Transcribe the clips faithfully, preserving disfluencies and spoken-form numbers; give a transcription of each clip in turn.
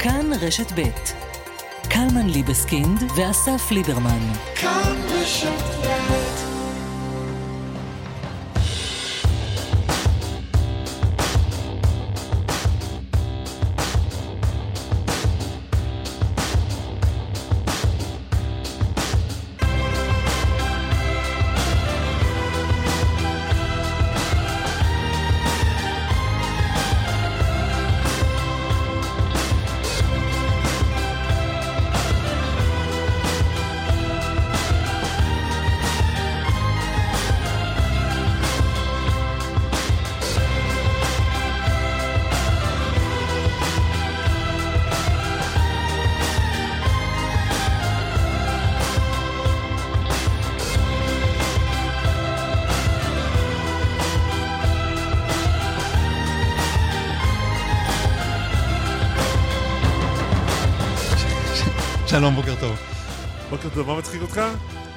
כאן רשת ב' קלמן ליבסקינד ואסף ליברמן. כאן רשת ב'. שלום, בוקר טוב. בוקר טוב, מה מצחיק אותך?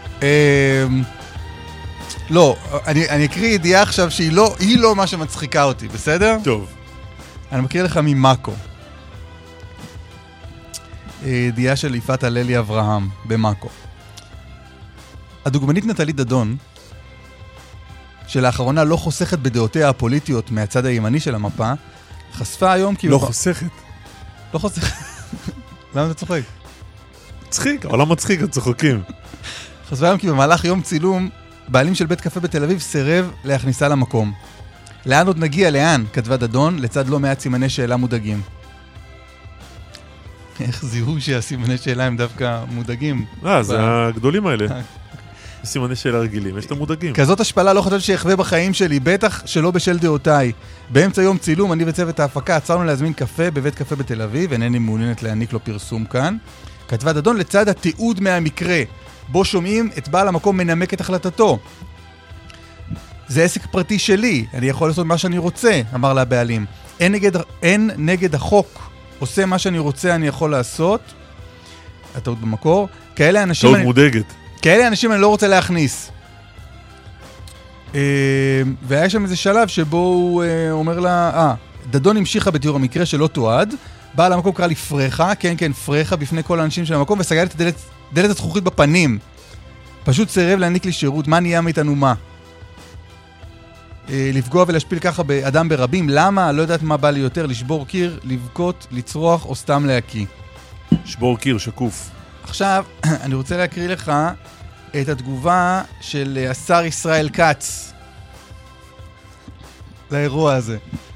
לא, אני אקריא ידיעה עכשיו שהיא לא מה שמצחיקה אותי, בסדר? טוב. אני מכיר לך ממאקו. ידיעה של יפעת הללי אברהם במאקו. הדוגמנית נטלי דדון, שלאחרונה לא חוסכת בדעותיה הפוליטיות מהצד הימני של המפה, חשפה היום כי... לא חוסכת. לא חוסכת. למה אתה צוחק? מצחיק, העולם מצחיק, את צוחקים. חשבה היום כי במהלך יום צילום, בעלים של בית קפה בתל אביב סירב להכניסה למקום. לאן עוד נגיע? לאן? כתבה דדון, לצד לא מעט סימני שאלה מודאגים. איך זיהו שהסימני שאלה הם דווקא מודאגים? אה, זה הגדולים האלה. סימני שאלה רגילים, יש להם מודאגים. כזאת השפלה לא חשבתי שיחווה בחיים שלי, בטח שלא בשל דעותיי. באמצע יום צילום, אני וצוות ההפקה עצרנו להזמין קפה בבית קפה בתל אביב, אינני מעוניינת להעניק לו פרסום כאן. כתבה דדון לצד התיעוד מהמקרה, בו שומעים את בעל המקום מנמק את החלטתו. זה עסק פרטי שלי, אני יכול לעשות מה שאני רוצה, אמר לה הבעלים. אין נגד, אין נגד החוק, עושה מה שאני רוצה, אני יכול לעשות. הטעות במקור. כאלה אנשים... טעות אני, מודאגת. כאלה אנשים אני לא רוצה להכניס. והיה שם איזה שלב שבו הוא אומר לה, אה, דדון המשיכה בתיאור המקרה שלא תועד, בעל המקום קרא לי פרחה, כן כן פרחה, בפני כל האנשים של המקום, וסגר את הדלת, דלת הזכוכית בפנים. פשוט סירב להעניק לי שירות, מה נהיה מאיתנו מה? אה, לפגוע ולהשפיל ככה באדם ברבים, למה? לא יודעת מה בא לי יותר, לשבור קיר, לבכות, לצרוח או סתם להקיא. שבור קיר, שקוף. עכשיו, אני רוצה להקריא לך את התגובה של השר ישראל כץ לאירוע הזה.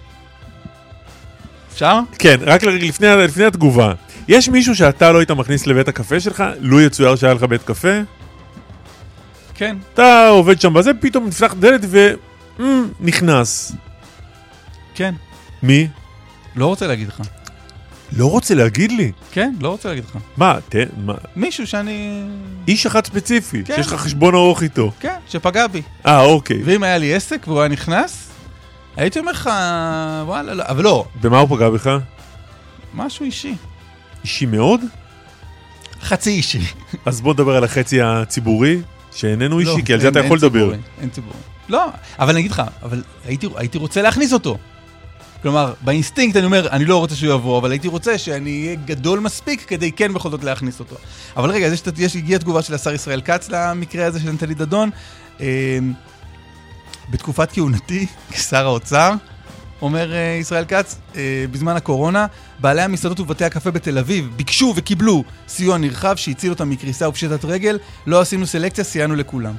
אפשר? כן, רק לפני, לפני התגובה. יש מישהו שאתה לא היית מכניס לבית הקפה שלך? לא יצויר שהיה לך בית קפה? כן. אתה עובד שם בזה, פתאום נפתח דלת ונכנס. כן. מי? לא רוצה להגיד לך. לא רוצה להגיד לי? כן, לא רוצה להגיד לך. מה? תן, מה? מישהו שאני... איש אחד ספציפי, כן. שיש לך חשבון ארוך איתו. כן, שפגע בי. אה, אוקיי. ואם היה לי עסק והוא היה נכנס, הייתי אומר לך, וואלה, לא, אבל לא. במה הוא פגע בך? משהו אישי. אישי מאוד? חצי אישי. אז בוא נדבר על החצי הציבורי, שאיננו אישי, לא, כי על זה אין, אתה יכול לדבר. ציבורי, אין ציבורי. לא, אבל אני אגיד לך, אבל הייתי, הייתי רוצה להכניס אותו. כלומר, באינסטינקט אני אומר, אני לא רוצה שהוא יבוא, אבל הייתי רוצה שאני אהיה גדול מספיק כדי כן בכל זאת להכניס אותו. אבל רגע, יש, יש הגיעה תגובה של השר ישראל כץ למקרה הזה של נטלי דדון. אה, בתקופת כהונתי כשר האוצר, אומר אה, ישראל כץ, אה, בזמן הקורונה, בעלי המסעדות ובתי הקפה בתל אביב ביקשו וקיבלו סיוע נרחב שהציל אותם מקריסה ופשיטת רגל. לא עשינו סלקציה, סייענו לכולם.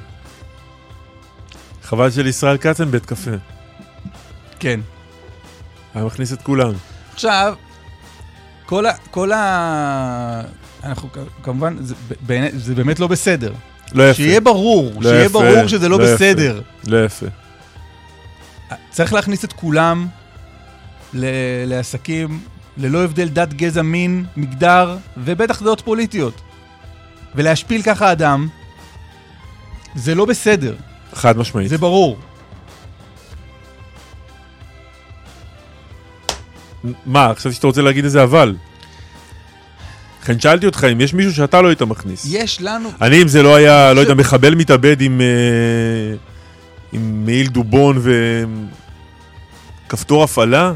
חבל של ישראל כץ אין בית קפה. כן. היה מכניס את כולם. עכשיו, כל ה... כל ה... אנחנו כמובן, זה, זה באמת לא בסדר. לא יפה. שיהיה ברור, לא שיהיה יפה. ברור שזה לא, לא בסדר. יפה. לא יפה. צריך להכניס את כולם ל... לעסקים, ללא הבדל דת, גזע, מין, מגדר, ובטח דעות פוליטיות. ולהשפיל ככה אדם, זה לא בסדר. חד משמעית. זה ברור. מה, חשבתי שאתה רוצה להגיד איזה אבל. לכן שאלתי אותך אם יש מישהו שאתה לא היית מכניס. יש לנו... אני אם זה לא היה, לא יודע, מחבל מתאבד עם עם מעיל דובון וכפתור הפעלה,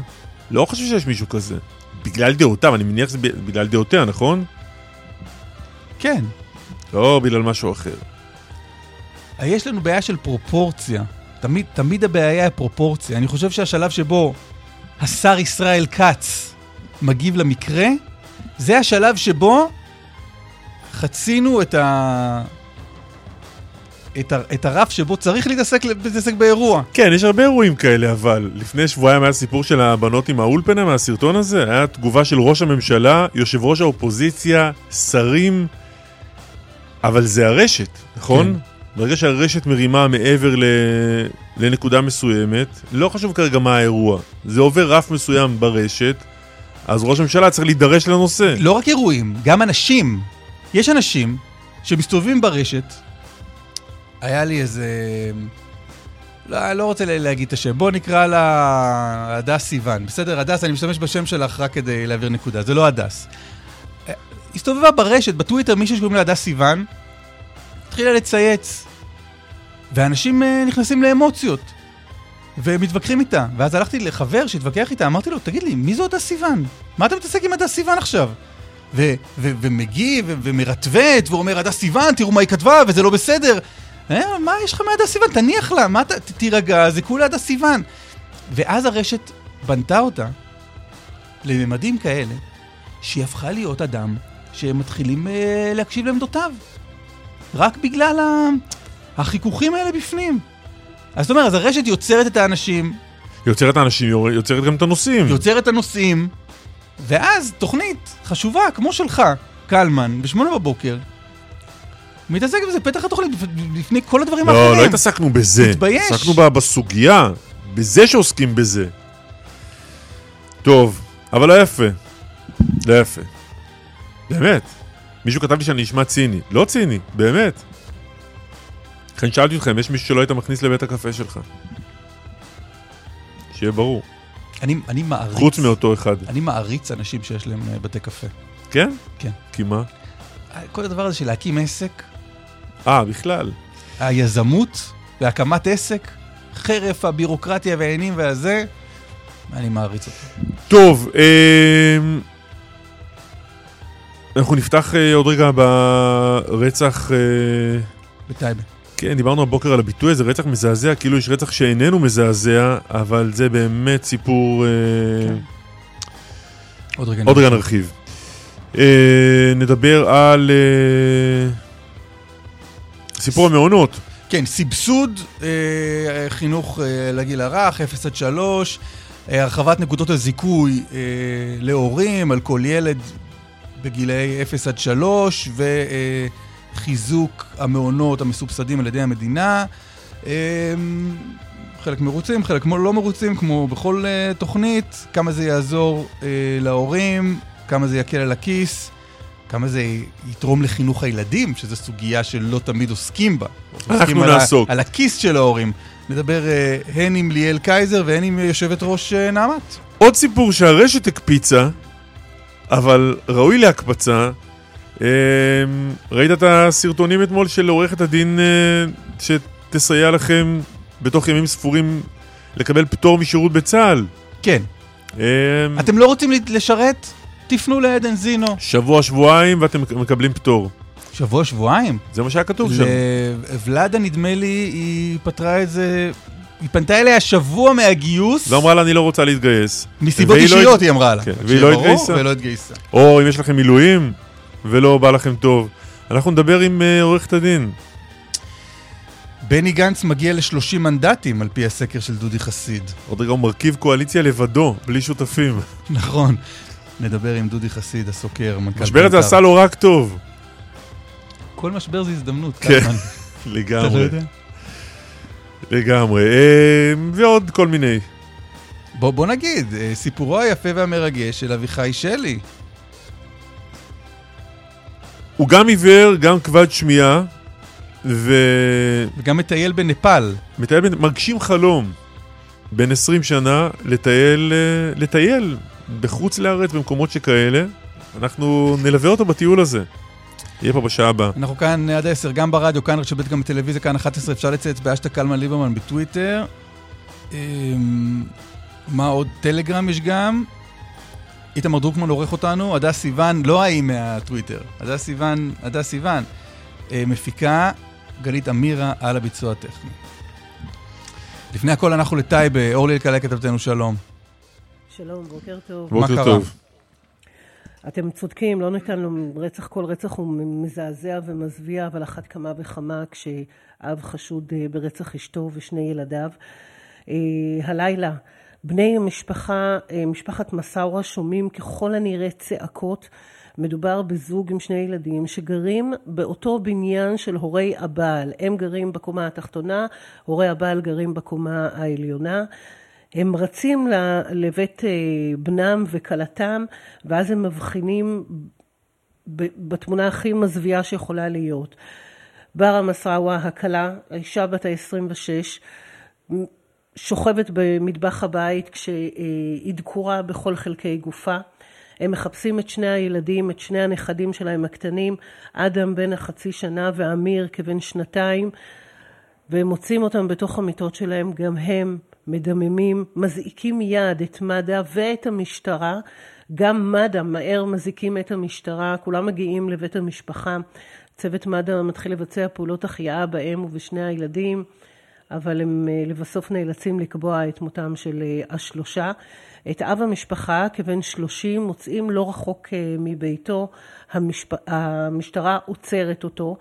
לא חושב שיש מישהו כזה. בגלל דעותיו, אני מניח שזה בגלל דעותיה, נכון? כן. לא בגלל משהו אחר. יש לנו בעיה של פרופורציה. תמיד, תמיד הבעיה היא פרופורציה. אני חושב שהשלב שבו השר ישראל כץ מגיב למקרה, זה השלב שבו חצינו את ה... את, ה... את הרף שבו צריך להתעסק, להתעסק באירוע. כן, יש הרבה אירועים כאלה, אבל לפני שבועיים היה סיפור של הבנות עם האולפנה מהסרטון הזה, היה תגובה של ראש הממשלה, יושב ראש האופוזיציה, שרים, אבל זה הרשת, נכון? כן. ברגע שהרשת מרימה מעבר ל... לנקודה מסוימת, לא חשוב כרגע מה האירוע, זה עובר רף מסוים ברשת, אז ראש הממשלה צריך להידרש לנושא. לא רק אירועים, גם אנשים. יש אנשים שמסתובבים ברשת, היה לי איזה... לא, לא רוצה להגיד את השם. בוא נקרא לה הדס סיוון. בסדר, הדס, אני משתמש בשם שלך רק כדי להעביר נקודה. זה לא הדס. הסתובבה ברשת, בטוויטר, מישהו שקוראים לה הדס סיוון, התחילה לצייץ. ואנשים נכנסים לאמוציות. ומתווכחים איתה. ואז הלכתי לחבר שהתווכח איתה, אמרתי לו, תגיד לי, מי זו הדס סיוון? מה אתה מתעסק עם הדס סיוון עכשיו? ו- ו- ומגיב ו- ומרטווט, ואומר, הדס סיוון, תראו מה היא כתבה, וזה לא בסדר. אה, מה יש לך מהדס סיוון? תניח לה, מה ת- תירגע, זה כולה הדס סיוון. ואז הרשת בנתה אותה לממדים כאלה, שהיא הפכה להיות אדם שמתחילים אה, להקשיב לעמדותיו. רק בגלל ה- החיכוכים האלה בפנים. אז זאת אומרת, אז הרשת יוצרת את האנשים. יוצרת את האנשים, יוצרת גם את הנושאים. יוצרת את הנושאים, ואז תוכנית חשובה, כמו שלך, קלמן, בשמונה בבוקר, מתעסק בזה, פתח התוכנית, לפני כל הדברים לא, האחרים. לא התעסקנו בזה. מתבייש. התעסקנו בה בסוגיה, בזה שעוסקים בזה. טוב, אבל לא יפה. לא יפה. באמת. מישהו כתב לי שאני נשמע ציני. לא ציני, באמת. לכן שאלתי אתכם, יש מישהו שלא היית מכניס לבית הקפה שלך? שיהיה ברור. אני, אני מעריץ. חוץ מאותו אחד. אני מעריץ אנשים שיש להם בתי קפה. כן? כן. כי מה? כל הדבר הזה של להקים עסק. אה, בכלל. היזמות והקמת עסק, חרף הבירוקרטיה והעניינים והזה, אני מעריץ אותו. טוב, אה... אנחנו נפתח אה, עוד רגע ברצח... אה... בטייבה. כן, דיברנו הבוקר על הביטוי, זה רצח מזעזע, כאילו יש רצח שאיננו מזעזע, אבל זה באמת סיפור... כן. אה... עוד רגע, עוד רגע נרחיב. אה, נדבר על אה, סיפור המעונות. כן, סבסוד אה, חינוך אה, לגיל הרך, אפס עד שלוש, אה, הרחבת נקודות הזיכוי אה, להורים על כל ילד בגילי אפס עד שלוש, וחיזוק המעונות המסובסדים על ידי המדינה. אה, חלק מרוצים, חלק לא מרוצים, כמו בכל אה, תוכנית, כמה זה יעזור אה, להורים, כמה זה יקל על הכיס, כמה זה יתרום לחינוך הילדים, שזו סוגיה שלא תמיד עוסקים בה. אנחנו נעסוק. על הכיס של ההורים. נדבר uh, הן עם ליאל קייזר והן עם יושבת ראש uh, נעמת. עוד סיפור שהרשת הקפיצה, אבל ראוי להקפצה. אה, ראית את הסרטונים אתמול של עורכת הדין אה, שתסייע לכם בתוך ימים ספורים לקבל פטור משירות בצה"ל? כן. אה, אתם לא רוצים לשרת? תפנו לעדן זינו. שבוע, שבועיים ואתם מקבלים פטור. שבוע, שבועיים? זה מה שהיה כתוב שם. ולדה, נדמה לי, היא פתרה את זה... היא פנתה אליה שבוע מהגיוס. ואמרה לה, אני לא רוצה להתגייס. מסיבות אישיות, היא אמרה לה. והיא לא התגייסה. ולא התגייסה. או אם יש לכם מילואים ולא בא לכם טוב. אנחנו נדבר עם עורכת הדין. בני גנץ מגיע ל-שלושים מנדטים על פי הסקר של דודי חסיד. עוד רגע הוא מרכיב קואליציה לבדו, בלי שותפים. נכון. נדבר עם דודי חסיד, הסוקר, מנכ"ל. משבר הזה עשה לו רק טוב. כל משבר זה הזדמנות. כן, לגמרי. אתה לא יודע? לגמרי. ועוד כל מיני. בוא, בוא נגיד, סיפורו היפה והמרגש של אביחי שלי. הוא גם עיוור, גם כבד שמיעה, ו... וגם מטייל בנפל. מטייל, בנ... מגשים חלום. בין עשרים שנה לטייל, לטייל בחוץ לארץ במקומות שכאלה. אנחנו נלווה אותו בטיול הזה. יהיה פה בשעה הבאה. אנחנו כאן עד עשר, גם ברדיו, כאן רשת ב' גם בטלוויזיה, כאן אחת עשרה, אפשר לצייץ באשטג קלמן ליברמן בטוויטר. מה עוד? טלגרם יש גם. איתמר דרוקמן עורך אותנו, עדה סיוון, לא ההיא מהטוויטר. עדה סיוון, עדה סיוון. מפיקה, גלית אמירה על הביצוע הטכני. לפני הכל אנחנו לטייבה, אורלי אלקלעי כתבתנו, שלום. שלום, בוקר טוב. בוקר טוב. אתם צודקים, לא ניתן לו רצח, כל רצח הוא מזעזע ומזוויע, אבל אחת כמה וכמה כשאב חשוד ברצח אשתו ושני ילדיו. הלילה, בני המשפחה, משפחת מסאורה, שומעים ככל הנראה צעקות. מדובר בזוג עם שני ילדים שגרים באותו בניין של הורי הבעל. הם גרים בקומה התחתונה, הורי הבעל גרים בקומה העליונה. הם רצים לבית בנם וקלתם, ואז הם מבחינים בתמונה הכי מזוויעה שיכולה להיות. בר מסארה, הקלה, האישה בת ה-עשרים ושש, שוכבת במטבח הבית כשהיא דקורה בכל חלקי גופה. הם מחפשים את שני הילדים, את שני הנכדים שלהם הקטנים, אדם בן החצי שנה ואמיר כבן שנתיים, והם מוצאים אותם בתוך המיטות שלהם, גם הם מדממים, מזעיקים מיד את מד"א ואת המשטרה, גם מד"א מהר מזעיקים את המשטרה, כולם מגיעים לבית המשפחה, צוות מד"א מתחיל לבצע פעולות החייאה בהם ובשני הילדים, אבל הם לבסוף נאלצים לקבוע את מותם של השלושה. את אב המשפחה, כבן שלושים, מוצאים לא רחוק מביתו, המשפ... המשטרה עוצרת אותו.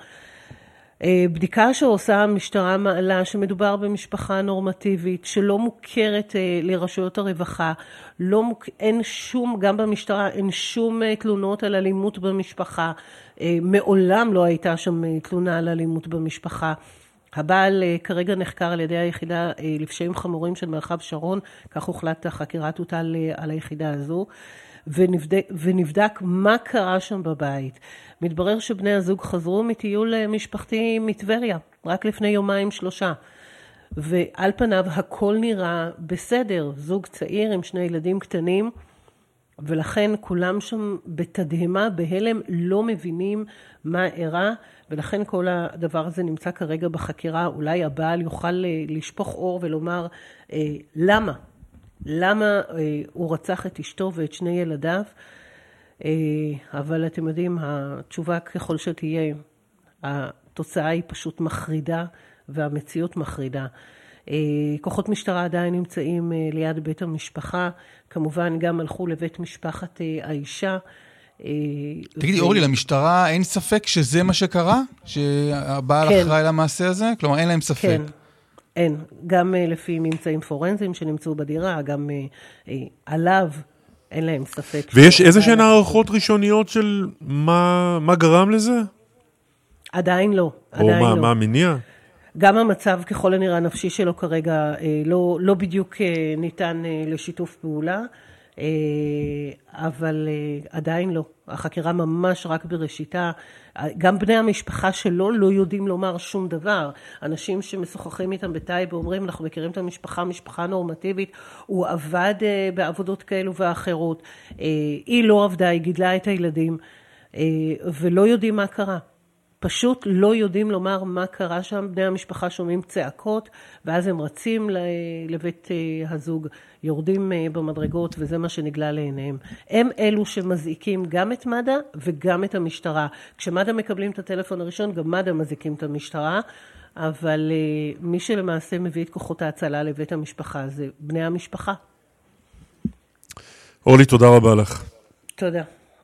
בדיקה שעושה המשטרה מעלה שמדובר במשפחה נורמטיבית, שלא מוכרת לרשויות הרווחה, לא מוכ... אין שום, גם במשטרה אין שום תלונות על אלימות במשפחה, מעולם לא הייתה שם תלונה על אלימות במשפחה. הבעל כרגע נחקר על ידי היחידה לפשעים חמורים של מרחב שרון, כך הוחלט החקירה תוטל על היחידה הזו, ונבדק, ונבדק מה קרה שם בבית. מתברר שבני הזוג חזרו מטיול משפחתי מטבריה, רק לפני יומיים שלושה. ועל פניו הכל נראה בסדר, זוג צעיר עם שני ילדים קטנים, ולכן כולם שם בתדהמה, בהלם, לא מבינים מה אירע, ולכן כל הדבר הזה נמצא כרגע בחקירה. אולי הבעל יוכל לשפוך אור ולומר אה, למה, למה אה, הוא רצח את אשתו ואת שני ילדיו, אה, אבל אתם יודעים, התשובה ככל שתהיה, התוצאה היא פשוט מחרידה, והמציאות מחרידה. כוחות משטרה עדיין נמצאים ליד בית המשפחה, כמובן גם הלכו לבית משפחת האישה. תגידי, אורלי, למשטרה אין ספק שזה מה שקרה? שהבעל אחראי למעשה הזה? כלומר, אין להם ספק. כן, אין. גם לפי ממצאים פורנזיים שנמצאו בדירה, גם עליו אין להם ספק. ויש איזה שהן הערכות ראשוניות של מה גרם לזה? עדיין לא. או מה המניע? גם המצב ככל הנראה הנפשי שלו כרגע לא, לא בדיוק ניתן לשיתוף פעולה, אבל עדיין לא. החקירה ממש רק בראשיתה. גם בני המשפחה שלו לא יודעים לומר שום דבר. אנשים שמשוחחים איתם בטייבה אומרים, אנחנו מכירים את המשפחה, משפחה נורמטיבית, הוא עבד בעבודות כאלו ואחרות. היא לא עבדה, היא גידלה את הילדים, ולא יודעים מה קרה. פשוט לא יודעים לומר מה קרה שם. בני המשפחה שומעים צעקות, ואז הם רצים לבית הזוג, יורדים במדרגות, וזה מה שנגלה לעיניהם. הם אלו שמזעיקים גם את מד"א וגם את המשטרה. כשמד"א מקבלים את הטלפון הראשון, גם מד"א מזעיקים את המשטרה, אבל מי שלמעשה מביא את כוחות ההצלה לבית המשפחה זה בני המשפחה. אורלי, תודה רבה לך. תודה.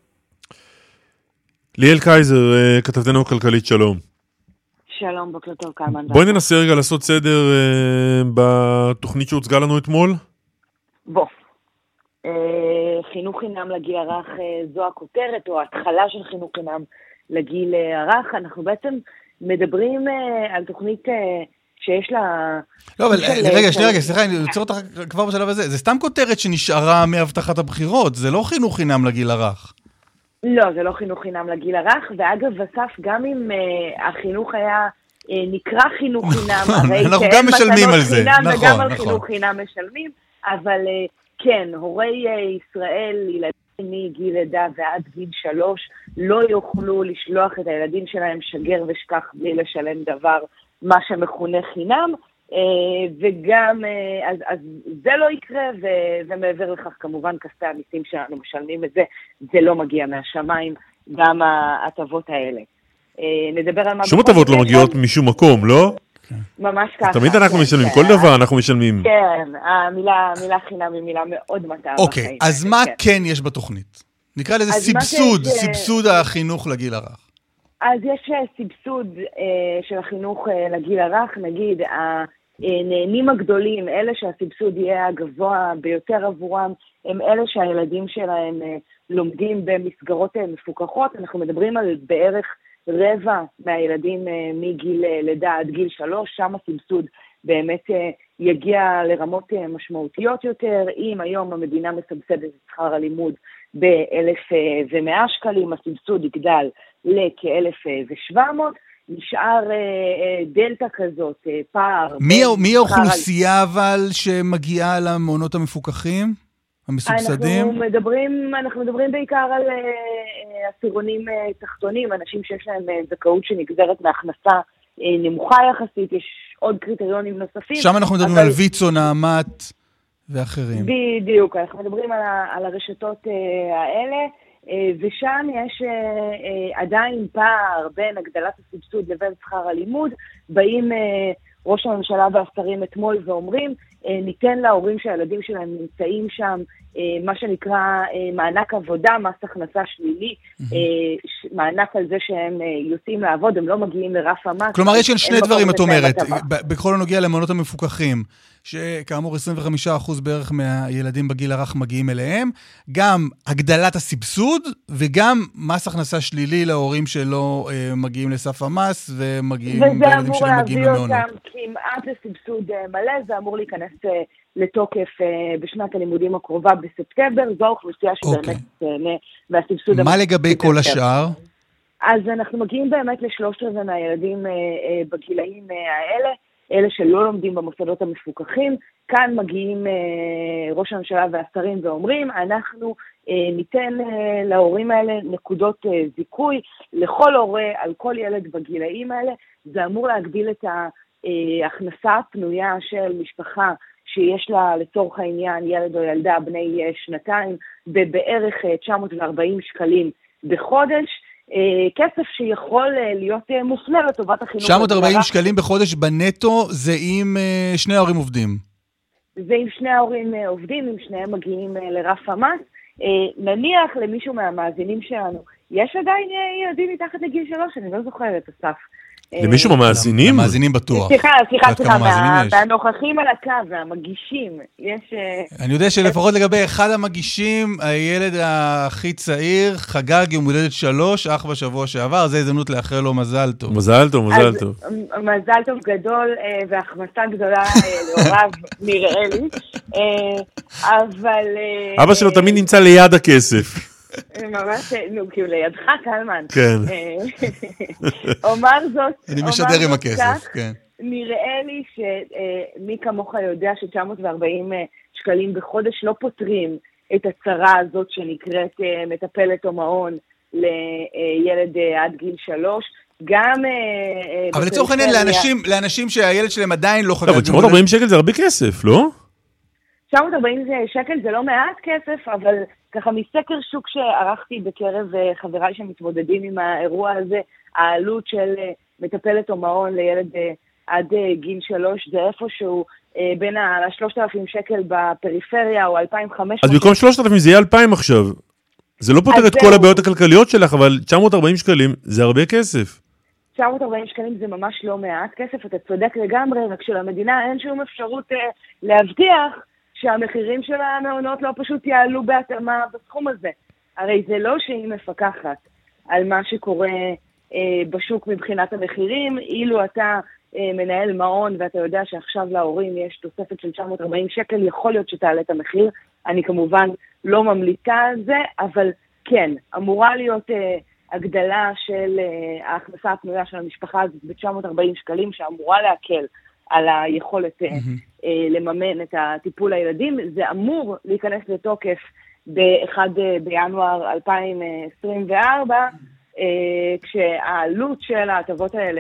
ליאל קייזר, כתבתנו הכלכלית, שלום. שלום, בוקר טוב, קלמן. בואי ננסה רגע לעשות סדר בתוכנית שהוצגה לנו אתמול. בוא. חינוך חינם לגיל הרך זו הכותרת, או ההתחלה של חינוך חינם לגיל הרך. אנחנו בעצם מדברים על תוכנית שיש לה... לא, אבל רגע, שנייה רגע, סליחה, אני יוצר אותך כבר בשלב הזה. זה סתם כותרת שנשארה מהבטחת הבחירות, זה לא חינוך חינם לגיל הרך. לא, זה לא חינוך חינם לגיל הרך, ואגב, בסף, גם אם uh, החינוך היה uh, נקרא חינוך חינם, הרי אנחנו גם משלמים על זה, חינם, נכון, וגם נכון. על חינוך חינם משלמים, אבל uh, כן, הורי uh, ישראל, ילדים מגיל לידה ועד גיל שלוש, לא יוכלו לשלוח את הילדים שלהם שגר ושכח בלי לשלם דבר, מה שמכונה חינם, uh, וגם, אז, אז זה לא יקרה, ו, ומעבר לכך, כמובן, כספי המיסים שאנו משלמים את זה, זה לא מגיע מהשמיים, גם ההטבות האלה. נדבר על מה... שום הטבות לא מגיעות משום מקום, לא? ממש ככה. תמיד אנחנו משלמים, כל דבר אנחנו משלמים. כן, המילה חינם היא מילה מאוד מטעה. אוקיי, אז מה כן יש בתוכנית? נקרא לזה סבסוד, סבסוד החינוך לגיל הרך. אז יש סבסוד של החינוך לגיל הרך, נגיד, הנהנים הגדולים, אלה שהסבסוד יהיה הגבוה ביותר עבורם, הם אלה שהילדים שלהם לומדים במסגרות מפוקחות. אנחנו מדברים על בערך רבע מהילדים מגיל לידה עד גיל שלוש, שם הסבסוד באמת יגיע לרמות משמעותיות יותר. אם היום המדינה מסבסדת את שכר הלימוד ב-אלף ומאה שקלים, הסבסוד יגדל לכ-אלף ושבע מאות, נשאר דלטה כזאת, פער. מי האוכלוסייה אבל שמגיעה למעונות המפוקחים? המסובסדים? אנחנו מדברים, אנחנו מדברים בעיקר על עשירונים תחתונים, אנשים שיש להם זכאות שנגזרת מהכנסה נמוכה יחסית, יש עוד קריטריונים נוספים. שם אנחנו מדברים על ויצו, נעמת ואחרים. בדיוק, אנחנו מדברים על, ה, על הרשתות האלה, ושם יש עדיין פער בין הגדלת הסבסוד לבין שכר הלימוד. באים ראש הממשלה והשרים אתמול ואומרים, ניתן להורים שהילדים שלהם נמצאים שם, מה שנקרא מענק עבודה, מס הכנסה שלילי, מענק על זה שהם יוצאים לעבוד, הם לא מגיעים לרף המס. כלומר, יש כאן שני דברים, את אומרת, בכל הנוגע למעונות המפוקחים, שכאמור עשרים וחמישה אחוז בערך מהילדים בגיל הרך מגיעים אליהם, גם הגדלת הסבסוד, וגם מס הכנסה שלילי להורים שלא מגיעים לסף המס, ומגיעים לילדים שלא מגיעים למעונות. וזה אמור להביא אותם כמעט לסבסוד מלא, זה אמור להיכנס לתוקף בשנת הלימודים הקרובה בספטמבר, זו האוכלוסייה שבאמת תהנה מהסבסוד. מה לגבי כל השאר? אז אנחנו מגיעים באמת לשלושת רבעי מהילדים בגילאים האלה, אלה שלא לומדים במוסדות המפוקחים. כאן מגיעים ראש הממשלה והשרים ואומרים, אנחנו ניתן להורים האלה נקודות זיכוי לכל הורה על כל ילד בגילאים האלה. זה אמור להגדיל את ההכנסה הפנויה של משפחה שיש לה לצורך העניין ילד או ילדה בני שנתיים בבערך תשע מאות וארבעים שקלים בחודש, כסף שיכול להיות מופנה לטובת החינוך. תשע מאות וארבעים שקלים בחודש בנטו, זה אם שני ההורים עובדים. זה אם שני ההורים עובדים, אם שניהם מגיעים לרף המס. נניח למישהו מהמאזינים שלנו, יש עדיין ילדים מתחת לגיל שלוש, אני לא זוכרת, אסף. למישהו במאזינים? המאזינים בטוח. סליחה, סליחה, סליחה, והנוכחים על הקו והמגישים, יש... אני יודע שלפחות לגבי אחד המגישים, הילד הכי צעיר חגג יום הולדת שלוש, אך בשבוע שעבר, זה הזדמנות לאחר לו מזל טוב. מזל טוב, מזל טוב. מזל טוב גדול והחמצה גדולה להוריו, נראה לי. אבל... אבא שלו תמיד נמצא ליד הכסף. ממש, נו, כאילו לידך קלמן. כן. אומר זאת, אני משדר עם הכסף, כן. נראה לי שמי כמוך יודע ש-תשע מאות וארבעים שקלים בחודש לא פותרים את הצרה הזאת שנקראת מטפלת או מעון לילד עד גיל שלוש. גם... אבל לצורך העניין, לאנשים שהילד שלהם עדיין לא חגג... אבל תשע מאות וארבעים שקל זה הרבה כסף, לא? תשע מאות וארבעים שקל זה לא מעט כסף, אבל ככה מסקר שוק שערכתי בקרב חבריי שמתמודדים עם האירוע הזה, העלות של מטפלת או מעון לילד עד גיל שלוש זה איפשהו בין ה-שלושת אלפים שקל בפריפריה או אלפיים וחמש מאות. אז במקום שלושת אלפים זה יהיה אלפיים עכשיו. זה לא פותר את כל הבעיות הכלכליות שלך, אבל תשע מאות וארבעים שקלים זה הרבה כסף. תשע מאות וארבעים שקלים זה ממש לא מעט כסף, אתה צודק לגמרי, רק שלמדינה אין שום אפשרות להבטיח שהמחירים של המעונות לא פשוט יעלו בהתאמה בסכום הזה. הרי זה לא שהיא מפקחת על מה שקורה אה, בשוק מבחינת המחירים, אילו אתה אה, מנהל מעון ואתה יודע שעכשיו להורים יש תוספת של תשע מאות וארבעים שקל, יכול להיות שתעלה את המחיר. אני כמובן לא ממליצה על זה, אבל כן, אמורה להיות אה, הגדלה של אה, ההכנסה הפנויה של המשפחה הזאת ב-תשע מאות וארבעים שקלים, שאמורה להקל על היכולת mm-hmm. לממן את הטיפול לילדים. זה אמור להיכנס לתוקף ב-אחד בינואר אלפיים עשרים וארבע, כשהעלות של ההטבות האלה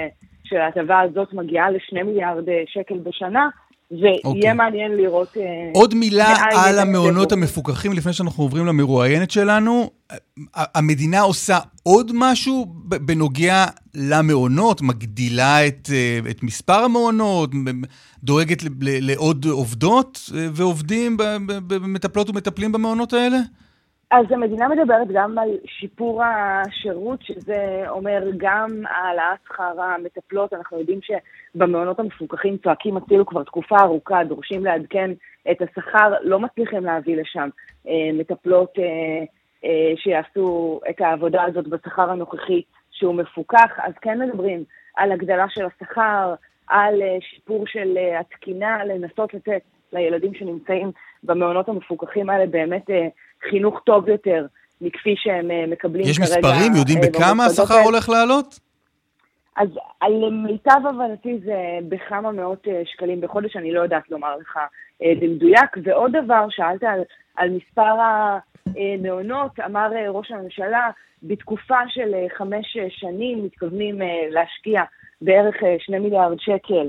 שההטבה הזאת מגיעה לשני מיליארד שקל בשנה, ויהיה מעניין לראות... עוד מילה על המעונות המפוקחים, לפני שאנחנו עוברים למרואיינת שלנו. המדינה עושה עוד משהו בנוגע למעונות, מגדילה את, את מספר המעונות, דואגת לעוד עובדות ועובדים, מטפלות ומטפלים במעונות האלה? אז המדינה מדברת גם על שיפור השירות, שזה אומר גם העלאת שכר המטפלות. אנחנו יודעים שבמעונות המפוקחים צועקים הצילו כבר תקופה ארוכה, דורשים לעדכן את השכר, לא מצליחים להביא לשם מטפלות שיעשו את העבודה הזאת בשכר הנוכחי שהוא מפוקח. אז כן מדברים על הגדלה של השכר, על שיפור של התקינה, לנסות לתת לילדים שנמצאים במעונות המפוקחים האלה באמת חינוך טוב יותר מכפי שהם מקבלים כרגע. יש מספרים? יודעים בכמה השכר הולך לעלות? אז על מיטב הבנתי זה בכמה מאות שקלים בחודש, אני לא יודעת לומר לך במדויק. ועוד דבר, שאלת על, על מספר המעונות, אמר ראש הממשלה, בתקופה של חמש שנים מתכוונים להשקיע בערך שני מיליארד שקל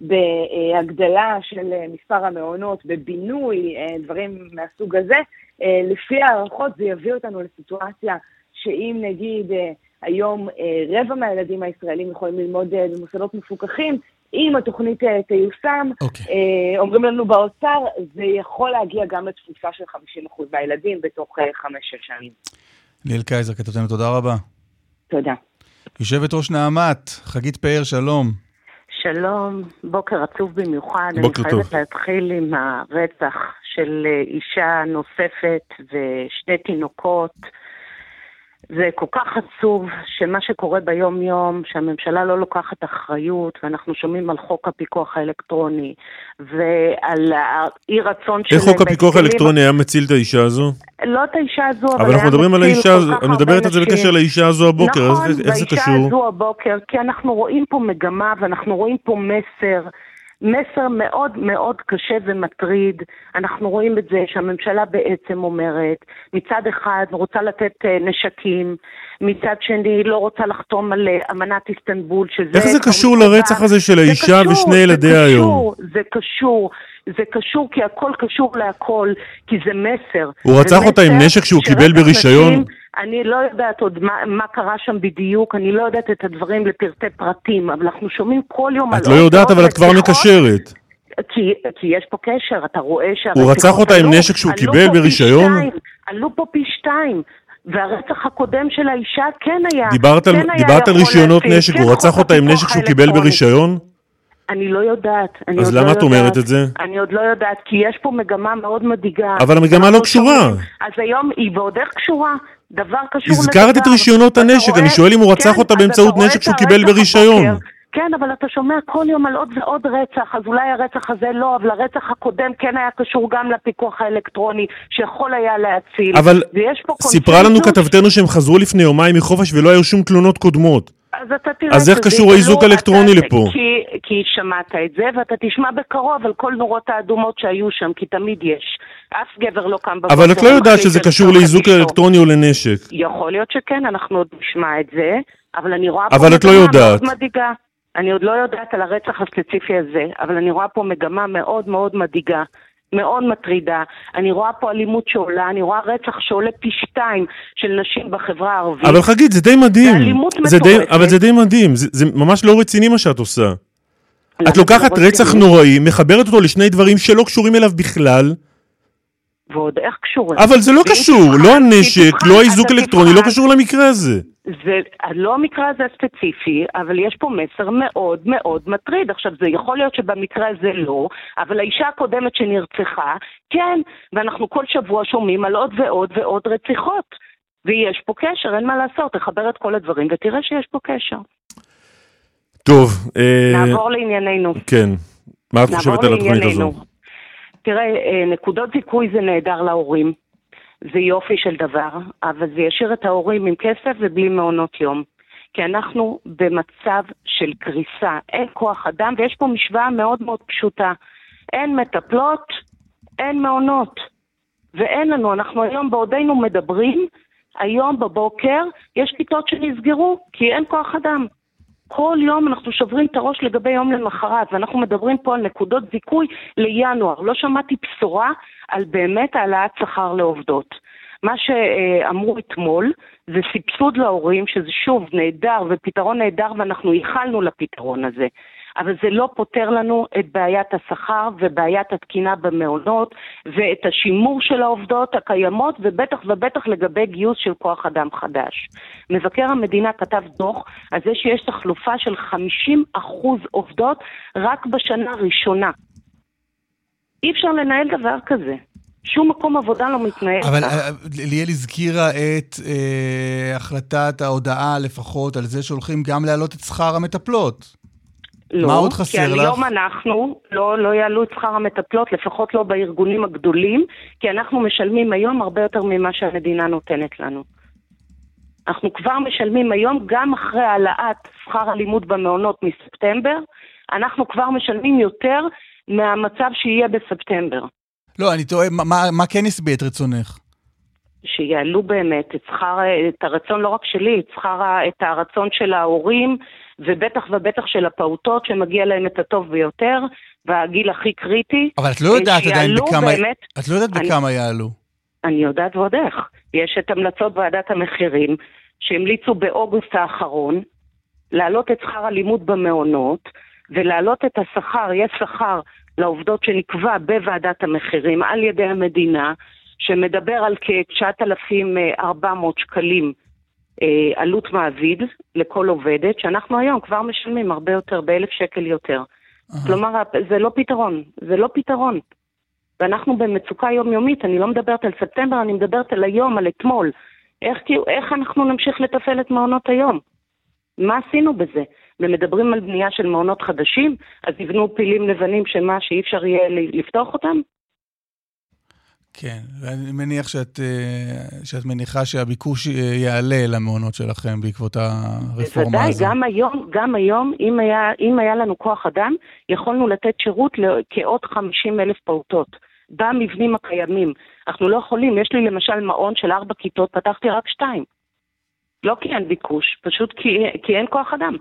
בהגדלה של מספר המעונות, בבינוי, דברים מהסוג הזה. לפי הערכות זה יביא אותנו לסיטואציה שאם נגיד היום רבע מהילדים הישראלים יכולים ללמוד במוסדות מפוקחים, אם התוכנית תיושם, okay. אומרים לנו באוצר, זה יכול להגיע גם לתפוסה של חמישים אחוז מהילדים בתוך חמש-שש שנים. ליאל קייזר, כתבתנו, תודה רבה. תודה. יושבת ראש נעמת, חגית פאר, שלום. שלום, בוקר עצוב במיוחד. בוקר אני טוב. חייבת להתחיל עם הרצח של אישה נוספת ושני תינוקות. זה כל כך עצוב שמה שקורה ביום יום, שהממשלה לא לוקחת אחריות, ואנחנו שומעים על חוק הפיקוח האלקטרוני, ועל אי רצון של... איך חוק הפיקוח האלקטרוני היה מציל את האישה הזו? לא את האישה הזו, אבל, אבל אנחנו מדברים על האישה הזו, אני מדברת על זה בקשר לאישה הזו הבוקר, נכון, איך זה קשור? באישה הזו הבוקר, כי אנחנו רואים פה מגמה, ואנחנו רואים פה מסר, מסר מאוד מאוד קשה ומטריד. אנחנו רואים את זה שהממשלה בעצם אומרת, מצד אחד רוצה לתת נשקים, מצד שני לא רוצה לחתום על אמנת איסטנבול, שזה... איך זה קשור לרצח הזה של האישה ושני ילדיה היום? זה קשור, זה קשור כי הכל קשור להכל, כי זה מסר. הוא רצח אותה עם נשק שהוא קיבל ברישיון? אני לא יודעת עוד מה, מה קרה שם בדיוק, אני לא יודעת את הדברים לפרטי פרטים, אבל אנחנו שומעים כל יום... את לא יודעת, אבל את כבר מקשרת. כי, כי יש פה קשר, אתה רואה... הוא רצח אותה עם נשק שהוא קיבל ברישיון? עלו פה פי שתיים, והרצח הקודם של האישה כן היה... דיברת על, דיברת על רישיונות נשק, הוא רצח אותה עם נשק שהוא קיבל ברישיון? אני לא יודעת. אז למה את אומרת את זה? אני עוד לא יודעת, כי יש פה מגמה מאוד מדאיגה. אבל המגמה לא קשורה. אז היום היא ועוד איך קשורה. דבר קשור לדבר. הזכרת את רישיונות הנשק, אני שואל אם הוא רצח אותה באמצעות נשק שהוא קיבל ברישיון. כן, אבל אתה שומע כל יום על עוד ועוד רצח, אז אולי הרצח הזה לא, אבל הרצח הקודם כן היה קשור גם לפיקוח האלקטרוני, שיכול היה להציל. אבל סיפרה לנו כתבתנו שהם חזרו לפני יומיים מחופש ולא היו שום תלונות קודמות. אז אתה תראה... אז איך קשור האיזוק האלקטרוני לפה? כי, כי שמעת את זה, ואתה תשמע בקרוב על כל נורות האדומות שהיו שם, כי תמיד יש. אף גבר לא קם בבוקר... אבל את לא יודעת שזה קשור לאיזוק האלקטרוני או לנשק. יכול להיות שכן, אנחנו עוד נשמע את זה, אבל אני רואה אבל פה את לא מגמה יודעת. מאוד מדאיגה. אני עוד לא יודעת על הרצח הספציפי הזה, אבל אני רואה פה מגמה מאוד מאוד מדאיגה. מאוד מטרידה. אני רואה פה אלימות שעולה, אני רואה רצח שעולה פי שתיים של נשים בחברה הערבית. אבל חגית, זה די מדהים. זה אלימות זה די, מטורפת. אבל זה די מדהים. זה, זה ממש לא רציני מה שאת עושה. את לוקחת לא רצח רציני? נוראי, מחברת אותו לשני דברים שלא קשורים אליו בכלל. ועוד איך קשורים? אבל זה לא קשור. תבחן, לא הנשק, תבחן, לא האיזוק אתה אלקטרוני, תבחן. לא קשור למקרה הזה. זה לא המקרה הזה הספציפי, אבל יש פה מסר מאוד מאוד מטריד. עכשיו, זה יכול להיות שבמקרה הזה לא, אבל האישה הקודמת שנרצחה, כן, ואנחנו כל שבוע שומעים על עוד ועוד ועוד רציחות. ויש פה קשר, אין מה לעשות, תחבר את כל הדברים ותראה שיש פה קשר. טוב. נעבור לענייננו. כן. מה את חושבת על התוכנית הזו? תראה, נקודות זיכוי זה נהדר להורים. זה יופי של דבר, אבל זה ישאיר את ההורים עם כסף ובלי מעונות יום. כי אנחנו במצב של קריסה, אין כוח אדם, ויש פה משוואה מאוד מאוד פשוטה. אין מטפלות, אין מעונות. ואין לנו, אנחנו היום בעודנו מדברים, היום בבוקר יש כיתות שנסגרו, כי אין כוח אדם. כל יום אנחנו שוברים את הראש לגבי יום למחרת, ואנחנו מדברים פה על נקודות זיכוי לינואר. לא שמעתי בשורה על באמת העלאת שכר לעובדות. מה שאמרו אתמול זה סבסוד להורים, שזה שוב נהדר ופתרון נהדר, ואנחנו ייחלנו לפתרון הזה. אבל זה לא פותר לנו את בעיית השכר ובעיית התקינה במעונות, ואת השימור של העובדות הקיימות, ובטח ובטח לגבי גיוס של כוח אדם חדש. מבקר המדינה כתב דוח על זה שיש תחלופה של חמישים אחוז עובדות רק בשנה הראשונה. אי אפשר לנהל דבר כזה. שום מקום עבודה לא מתנהל. אבל ליאל הזכירה את אה, החלטת ההודעה לפחות על זה שהולכים גם להעלות את שכר המטפלות. לא, מה עוד חסר כי לך? היום אנחנו לא, לא יעלו את שכר המטפלות, לפחות לא בארגונים הגדולים, כי אנחנו משלמים היום הרבה יותר ממה שהמדינה נותנת לנו. אנחנו כבר משלמים היום, גם אחרי העלאת שכר הלימוד במעונות מספטמבר, אנחנו כבר משלמים יותר מהמצב שיהיה בספטמבר. לא, אני טועה, מה, מה, מה כן יסביע את רצונך? שיעלו באמת את שכר, את הרצון לא רק שלי, את שכר, את הרצון של ההורים, ובטח ובטח של הפעוטות שמגיע להם את הטוב ביותר, והגיל הכי קריטי. אבל את לא יודעת עדיין בכמה, באמת, את לא יודעת אני, בכמה יעלו. אני יודעת ועוד איך. יש את המלצות ועדת המחירים, שהמליצו באוגוסט האחרון, להעלות את שכר הלימוד במעונות, ולהעלות את השכר, יש שכר לעובדות שנקבע בוועדת המחירים על ידי המדינה, שמדבר על כ-תשעת אלפים וארבע מאות שקלים אה, עלות מעביד לכל עובדת, שאנחנו היום כבר משלמים הרבה יותר, באלף שקל יותר. Uh-huh. כלומר, זה לא פתרון, זה לא פתרון. ואנחנו במצוקה יומיומית, אני לא מדברת על ספטמבר, אני מדברת על היום, על אתמול. איך, איך אנחנו נמשיך לתפעל את מעונות היום? מה עשינו בזה? ומדברים על בנייה של מעונות חדשים, אז יבנו פילים לבנים שמה שאי אפשר יהיה לפתוח אותם? כן, ואני מניח שאת, שאת מניחה שהביקוש יעלה למעונות שלכם בעקבות הרפורמה בוודאי, הזו. גם היום, גם היום, אם היה, אם היה לנו כוח אדם, יכולנו לתת שירות לכעוד חמישים אלף פעוטות, במבנים הקיימים. אנחנו לא יכולים, יש לי למשל מעון של ארבע כיתות, פתחתי רק שתיים. לא כי אין ביקוש, פשוט כי, כי אין כוח אדם.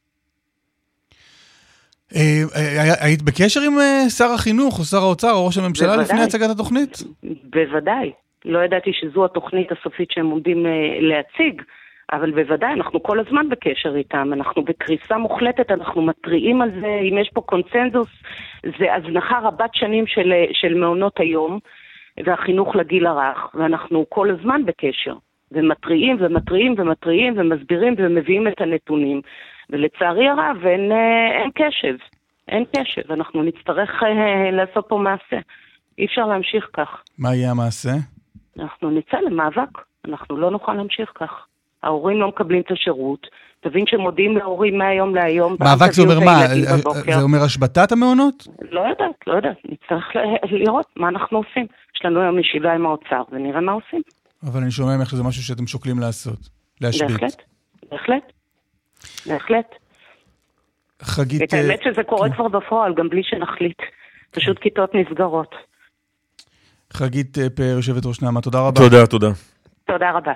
היית בקשר עם שר החינוך או שר האוצר או ראש הממשלה לפני הצגת התוכנית? בוודאי. לא ידעתי שזו התוכנית הסופית שהם עומדים להציג, אבל בוודאי, אנחנו כל הזמן בקשר איתם, אנחנו בקריסה מוחלטת, אנחנו מטריעים על זה, אם יש פה קונצנזוס, זה הזנחה רבת שנים של, של מעונות היום, והחינוך לגיל הרך, ואנחנו כל הזמן בקשר, ומטריעים ומטריעים ומטריעים ומסבירים ומביאים את הנתונים, ולצערי הרב אין, אין קשב, אין קשב, אנחנו נצטרך אה, לעשות פה מעשה, אי אפשר להמשיך כך. מה יהיה המעשה? אנחנו נצא למאבק, אנחנו לא נוכל להמשיך כך. ההורים לא מקבלים את השירות, תבין שמודיעים להורים מהיום להיום. מאבק זה אומר מה? זה אומר השבתת המעונות? לא יודעת, לא יודעת, נצטרך לראות מה אנחנו עושים. יש לנו היום ישיבה עם האוצר ונראה מה עושים. אבל אני שומע ממך שזה משהו שאתם שוקלים לעשות, להשבית. בהחלט, בהחלט. בהחלט. חגית... את האמת שזה קורה כבר בפועל, גם בלי שנחליט. פשוט כיתות נסגרות. חגית פאר, יושבת ראש נעמה, תודה רבה. תודה, תודה. תודה רבה.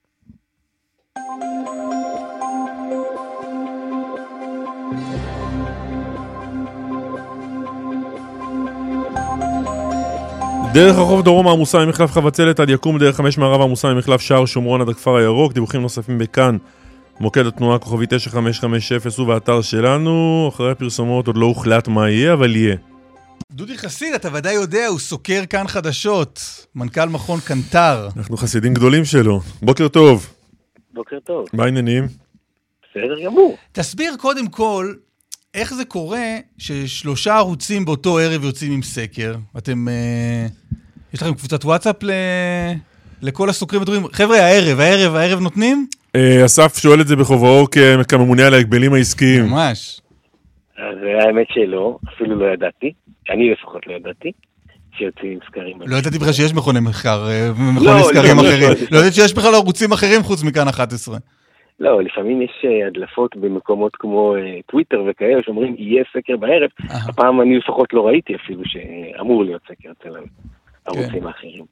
דרך החוף דרום העמוסה ממחלף חבצלת עד יקום, דרך חמש מערב העמוסה ממחלף שער שומרון עד הכפר הירוק. דיווחים נוספים בכאן, מוקד התנועה כוכבי תשע חמש חמש אפס ובאתר שלנו. אחרי הפרסומות עוד לא הוחלט מה יהיה, אבל יהיה. דודי חסיד, אתה ודאי יודע, הוא סוקר כאן חדשות, מנכ"ל מכון קנטר. אנחנו חסידים גדולים שלו. בוקר טוב. בוקר טוב. מה העניינים? בסדר גמור. תסביר קודם כל, איך זה קורה ששלושה ערוצים באותו ערב יוצאים עם סקר? אתם, אה, יש לכם קבוצת וואטסאפ ל... לכל הסוקרים ודברים? חבר'ה, הערב, הערב, הערב נותנים? אה, אסף שואל את זה בחוברו כממונה על ההגבלים העסקיים. ממש. אז האמת שלא, אפילו לא ידעתי. אני לפחות לא ידעתי. שיוצאים עם סקרים. לא ידעתי בכלל שיש מכוני מחקר, מכוני סקרים אחרים. לא ידעתי שיש בכלל ערוצים אחרים חוץ מכאן אחת עשרה. לא, לפעמים יש הדלפות במקומות כמו טוויטר וכאלה, שאומרים יהיה סקר בערב. הפעם אני לפחות לא ראיתי אפילו שאמור להיות סקר אצל הערוצים האחרים.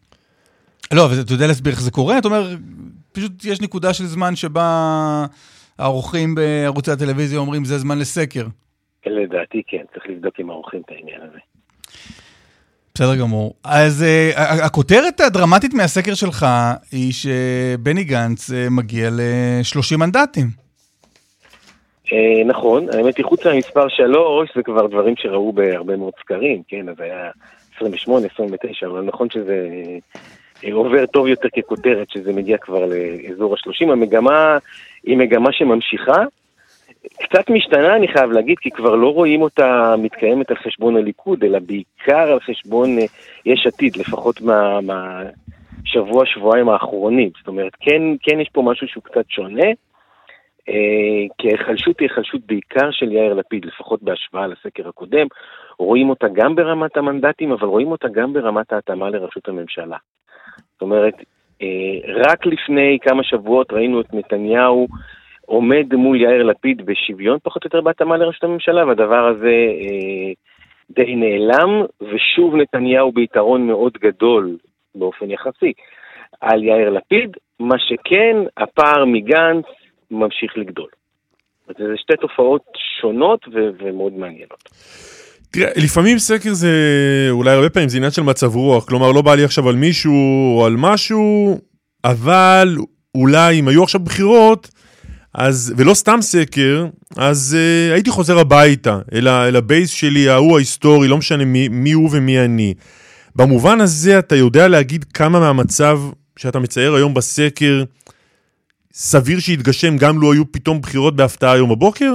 לא, אבל אתה יודע להסביר איך זה קורה? אתה אומר, פשוט יש נקודה של זמן שבה העורכים בערוצי הטלוויזיה אומרים זה זמן לסקר. לדעתי כן, צריך לבדוק עם העורכים את העניין הזה. בסדר גמור. אז uh, הכותרת הדרמטית מהסקר שלך היא שבני גנץ uh, מגיע ל-שלושים מנדטים. Uh, נכון, האמת היא חוץ מהמספר שלוש, זה כבר דברים שראו בהרבה מאוד סקרים, כן, אז היה עשרים ושמונה, עשרים ותשע, אבל נכון שזה uh, עובר טוב יותר ככותרת, שזה מגיע כבר לאזור ה-שלושים. המגמה היא מגמה שממשיכה, קצת משתנה, אני חייב להגיד, כי כבר לא רואים אותה מתקיימת על חשבון הליכוד, אלא בעיקר על חשבון יש עתיד, לפחות מהשבוע, שבועיים האחרונים. זאת אומרת, כן, כן יש פה משהו שהוא קצת שונה, כי ההחלשות היא החלשות בעיקר של יאיר לפיד, לפחות בהשוואה לסקר הקודם. רואים אותה גם ברמת המנדטים, אבל רואים אותה גם ברמת ההתאמה לראשות הממשלה. זאת אומרת, רק לפני כמה שבועות ראינו את נתניהו, עומד מול יאיר לפיד בשוויון פחות או יותר בהתאמה לראשות הממשלה, והדבר הזה אה, די נעלם, ושוב נתניהו ביתרון מאוד גדול באופן יחסי על יאיר לפיד, מה שכן הפער מגנץ ממשיך לגדול. זה שתי תופעות שונות ו- ומאוד מעניינות. תראה, לפעמים סקר זה, אולי הרבה פעמים זה עניין של מצב רוח, כלומר לא בא לי עכשיו על מישהו או על משהו, אבל אולי אם היו עכשיו בחירות, אז, ולא סתם סקר, אז uh, הייתי חוזר הביתה, אל, אל הבייס שלי, ההוא ההיסטורי, לא משנה מי, מי הוא ומי אני. במובן הזה אתה יודע להגיד כמה מהמצב שאתה מצייר היום בסקר, סביר שיתגשם גם לא היו פתאום בחירות בהפתעה היום בבוקר?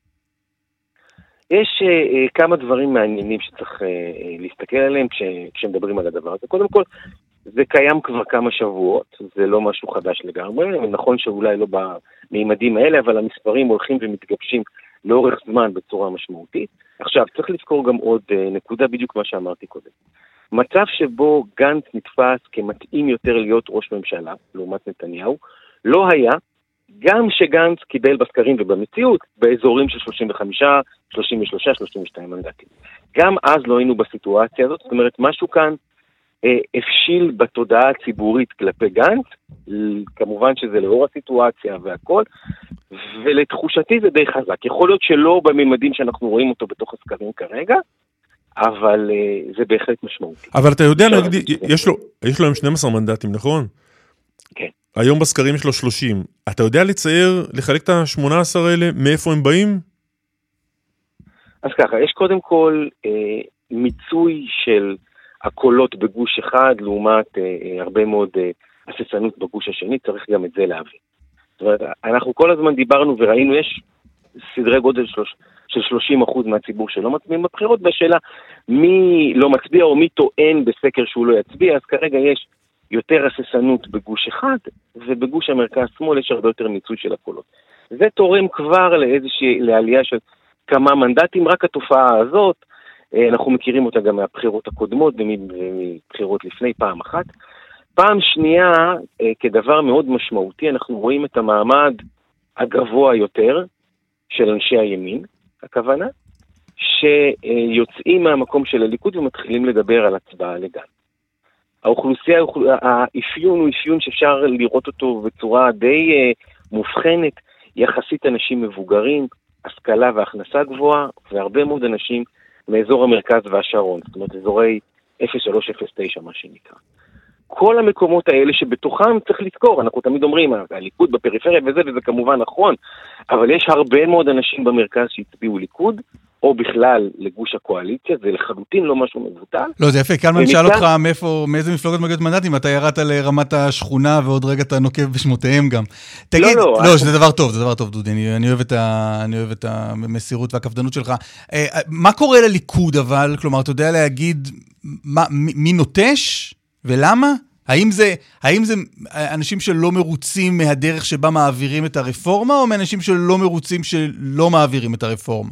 יש uh, כמה דברים מעניינים שצריך uh, להסתכל עליהם כש, כשמדברים על הדבר הזה. קודם כל, זה קיים כבר כמה שבועות, זה לא משהו חדש לגמרי, נכון שאולי לא בממדים האלה, אבל המספרים הולכים ומתגבשים לאורך זמן בצורה משמעותית. עכשיו, צריך לזכור גם עוד נקודה, בדיוק מה שאמרתי קודם. מצב שבו גנץ נתפס כמתאים יותר להיות ראש ממשלה, לעומת נתניהו, לא היה, גם שגנץ קיבל בסקרים ובמציאות, באזורים של שלושים וחמישה, שלושים ושלושה, שלושים ושתיים מנדטים. גם אז לא היינו בסיטואציה הזאת, זאת אומרת, משהו כאן, הפשיל בתודעה הציבורית כלפי גנץ, כמובן שזה לאור הסיטואציה והכל, ולתחושתי זה די חזק. יכול להיות שלא בממדים שאנחנו רואים אותו בתוך הסקרים כרגע, אבל זה בהחלט משמעותי. אבל אתה יודע, נגיד, יש לו, יש לו היום שנים עשר מנדטים, נכון? כן. היום בסקרים יש לו שלושים. אתה יודע לצייר, לחלק את ה-שמונה עשר האלה, מאיפה הם באים? אז ככה, יש קודם כל אה, מיצוי של הקולות בגוש אחד, לעומת אה, אה, הרבה מאוד אה, הססנות בגוש השני, צריך גם את זה להבין. זאת אומרת, אנחנו כל הזמן דיברנו וראינו, יש סדרי גודל שלוש, של שלושים אחוז מהציבור שלא מצביעים בבחירות, בשאלה מי לא מצביע או מי טוען בסקר שהוא לא יצביע, אז כרגע יש יותר הססנות בגוש אחד, ובגוש המרכז-שמאל יש הרבה יותר מיצוי של הקולות. זה תורם כבר לאיזושהי, לעלייה של כמה מנדטים, רק התופעה הזאת, אנחנו מכירים אותה גם מהבחירות הקודמות, ומבחירות לפני פעם אחת. פעם שנייה, כדבר מאוד משמעותי, אנחנו רואים את המעמד הגבוה יותר של אנשי הימין, הכוונה, שיוצאים מהמקום של הליכוד ומתחילים לדבר על הצבעה לגן. האוכלוסייה, האפיון הוא אפיון שאפשר לראות אותו בצורה די מובחנת, יחסית אנשים מבוגרים, השכלה והכנסה גבוהה, והרבה מאוד אנשים מאזור המרכז והשרון, זאת אומרת, אזורי אפס שלוש אפס תשע, מה שנקרא. כל המקומות האלה שבתוכם צריך לזכור, אנחנו תמיד אומרים, הליכוד בפריפריה וזה, וזה כמובן נכון, אבל יש הרבה מאוד אנשים במרכז שהצביעו ליכוד, או בכלל לגוש הקואליציה, זה לחלוטין לא משהו מבוטל. לא, זה יפה, קלמן שאל אותך מאיפה, מאיזה מפלגות מגיעות מנדטים, אתה ירדת לרמת השכונה, ועוד רגע אתה נוקב בשמותיהם גם. תגיד, לא, לא, שזה דבר טוב, זה דבר טוב, דודי, אני, אני אוהב את ה, אני אוהב את המסירות והכפדנות שלך. מה קורה לליכוד אבל? כלומר, אתה יודע להגיד, מה, מי נוטש ולמה? האם זה, האם זה אנשים שלא מרוצים מהדרך שבה מעבירים את הרפורמה, או מאנשים שלא מרוצים שלא מעבירים את הרפורמה?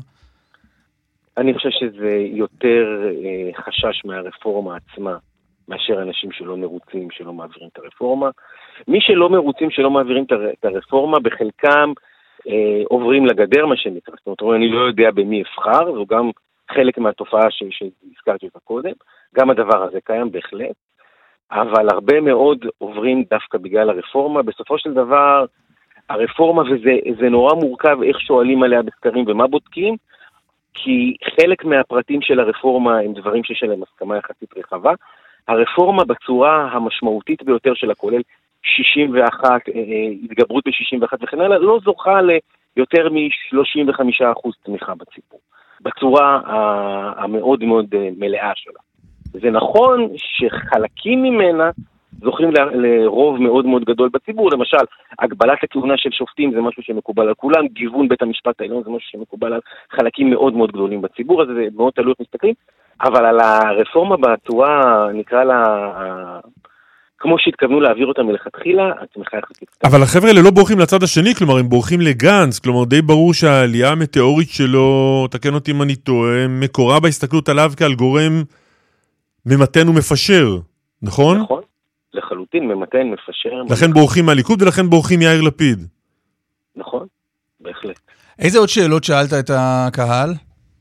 אני חושב שזה יותר אה, חשש מהרפורמה עצמה, מאשר אנשים שלא מרוצים, שלא מעבירים את הרפורמה. מי שלא מרוצים, שלא מעבירים את הרפורמה, בחלקם אה, עוברים לגדר, מה שנקרא. זאת אומרת, אני לא יודע במי אבחר, זו גם חלק מהתופעה ש, שהזכרתי אותה קודם. גם הדבר הזה קיים בהחלט, אבל הרבה מאוד עוברים דווקא בגלל הרפורמה. בסופו של דבר, הרפורמה, וזה נורא מורכב איך שואלים עליה בסקרים ומה בודקים, כי חלק מהפרטים של הרפורמה הם דברים שיש עליהם הסכמה יחסית רחבה. הרפורמה בצורה המשמעותית ביותר של הכולל שישים ואחת, התגברות ב-שישים ואחת וכן הלאה, לא זוכה ליותר מ-שלושים וחמישה אחוז תמיכה בציבור, בצורה המאוד מאוד מלאה שלה. זה נכון שחלקים ממנה זוכים לרוב מאוד מאוד גדול בציבור, למשל, הגבלת הכהונה של שופטים זה משהו שמקובל על כולם, גיוון בית המשפט העליון זה משהו שמקובל על חלקים מאוד מאוד גדולים בציבור, אז זה מאוד תלוי איך מסתכלים, אבל על הרפורמה בצורה, נקרא לה, כמו שהתכוונו להעביר אותה מלכתחילה, התמיכה יחסית. אבל החבר'ה האלה לא בורחים לצד השני, כלומר, הם בורחים לגנץ, כלומר, די ברור שהעלייה המטאורית שלו, תקן אותי אם אני טועה, מקורה בהסתכלות עליו כעל גורם ממתן ומפשר, נכון? נכון. לחלוטין, ממתן, מפשר. לכן בורחים מהליכוד ולכן בורחים יאיר לפיד. נכון, בהחלט. איזה עוד שאלות שאלת את הקהל?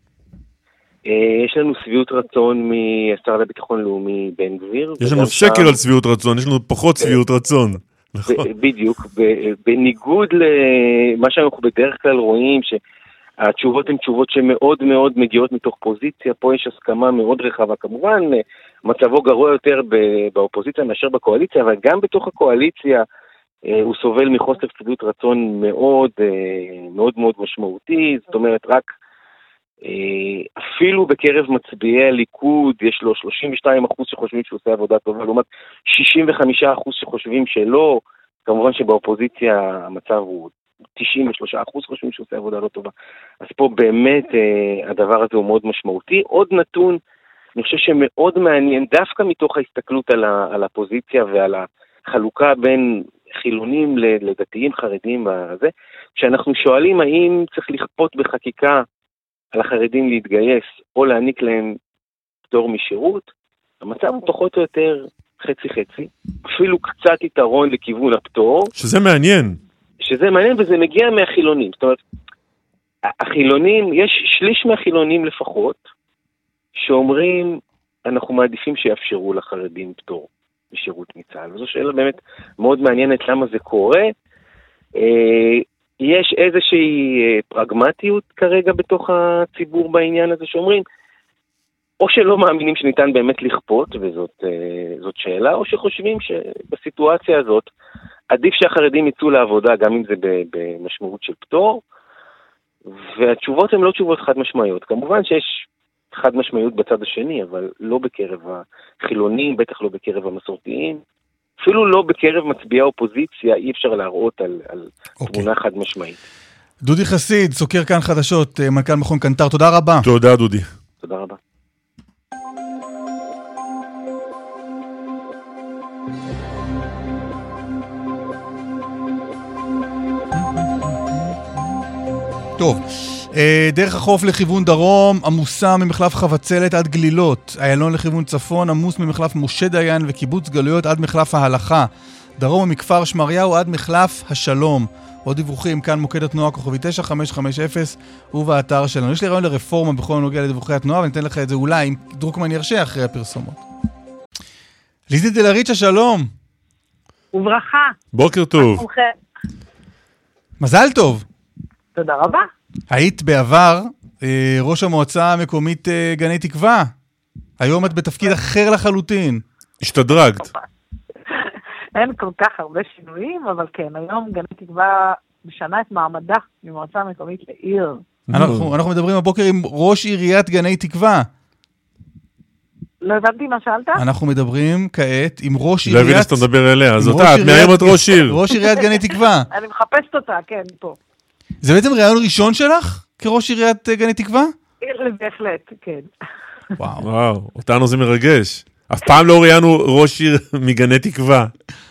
יש לנו סביעות רצון מהשר לביטחון לאומי בן גביר. יש לנו סקר על סביעות רצון, יש לנו פחות סביעות רצון. בדיוק, בניגוד למה שאנחנו בדרך כלל רואים, שהתשובות הן תשובות שמאוד מאוד מגיעות מתוך פוזיציה, פה יש הסכמה מאוד רחבה, כמובן מצבו גרוע יותר באופוזיציה מאשר בקואליציה, אבל גם בתוך הקואליציה הוא סובל מחוסר סביעות רצון מאוד מאוד מאוד משמעותי, זאת אומרת רק אפילו בקרב מצביעי הליכוד יש לו שלושים ושניים אחוז שחושבים שהוא עושה עבודה טובה, לעומת שישים וחמישה אחוז שחושבים שלא, כמובן שבאופוזיציה המצב הוא תשעים ושלושה אחוז חושבים שהוא עושה עבודה לא טובה. אז פה באמת הדבר הזה הוא מאוד משמעותי. עוד נתון, אני חושב שמאוד מעניין, דווקא מתוך ההסתכלות על, ה, על הפוזיציה ועל החלוקה בין חילונים לדתיים חרדים בזה, שאנחנו שואלים האם צריך לכפות בחקיקה על החרדים להתגייס או להעניק להם פטור משירות, המצב הוא פחות או יותר חצי חצי, אפילו קצת יתרון לכיוון הפטור. שזה מעניין. שזה מעניין וזה מגיע מהחילונים, זאת אומרת, החילונים, יש שליש מהחילונים לפחות, שאומרים, אנחנו מעדיפים שיאפשרו לחרדים פטור משירות מצה"ל. וזו שאלה באמת מאוד מעניינת למה זה קורה. יש איזושהי פרגמטיות כרגע בתוך הציבור בעניין הזה שאומרים, או שלא מאמינים שניתן באמת לכפות, וזאת זאת שאלה, או שחושבים שבסיטואציה הזאת, עדיף שהחרדים יצאו לעבודה, גם אם זה במשמעות של פטור, והתשובות הן לא תשובות חד משמעיות. כמובן שיש חד משמעיות בצד השני, אבל לא בקרב החילונים, בטח לא בקרב המסורתיים, אפילו לא בקרב מצביעי האופוזיציה, אי אפשר להראות על, על okay. תמונה חד משמעית. דודי חסיד, סוקר כאן חדשות, מנכ"ל מכון קנטר, תודה רבה. תודה דודי. תודה רבה. טוב, דרך החוף לכיוון דרום עמוסה ממחלף חבצלת עד גלילות, איילון לכיוון צפון עמוס ממחלף משה דיין וקיבוץ גלויות עד מחלף ההלכה, דרום מכפר שמריהו עד מחלף השלום. עוד דיווחים כאן מוקד התנועה כוכבי תשע חמש חמש אפס ובאתר שלנו. יש לי רעיון לרפורמה בכל הנוגע לדיווחי התנועה וניתן לך את זה אולי אם דרוקמן ירשה אחרי הפרסומות. ליזי דלריצ'ה, שלום. וברכה. בוקר טוב. מזל טוב. תודה רבה. היית בעבר ראש המועצה המקומית גני תקווה. היום את בתפקיד אחר לחלוטין. השתדרגת. אין כל כך הרבה שינויים, אבל כן, היום גני תקווה משנה את מעמדה ממועצה המקומית לעיר. אנחנו, אנחנו מדברים הבוקר עם ראש עיריית גני תקווה. לא הבנתי מה שאלת? אנחנו מדברים כעת עם ראש עיריית... לא הבין שאתה מדבר אליה, אז אותה, את מאיימת ראש עיר. ראש עיריית גני תקווה. אני מחפשת אותה, כן, פה. זה בעצם רעיון ראשון שלך כראש עיריית גני תקווה? בהחלט, כן. וואו. וואו, אותנו זה מרגש. אף פעם לא ראיינו ראש עיר מגני תקווה.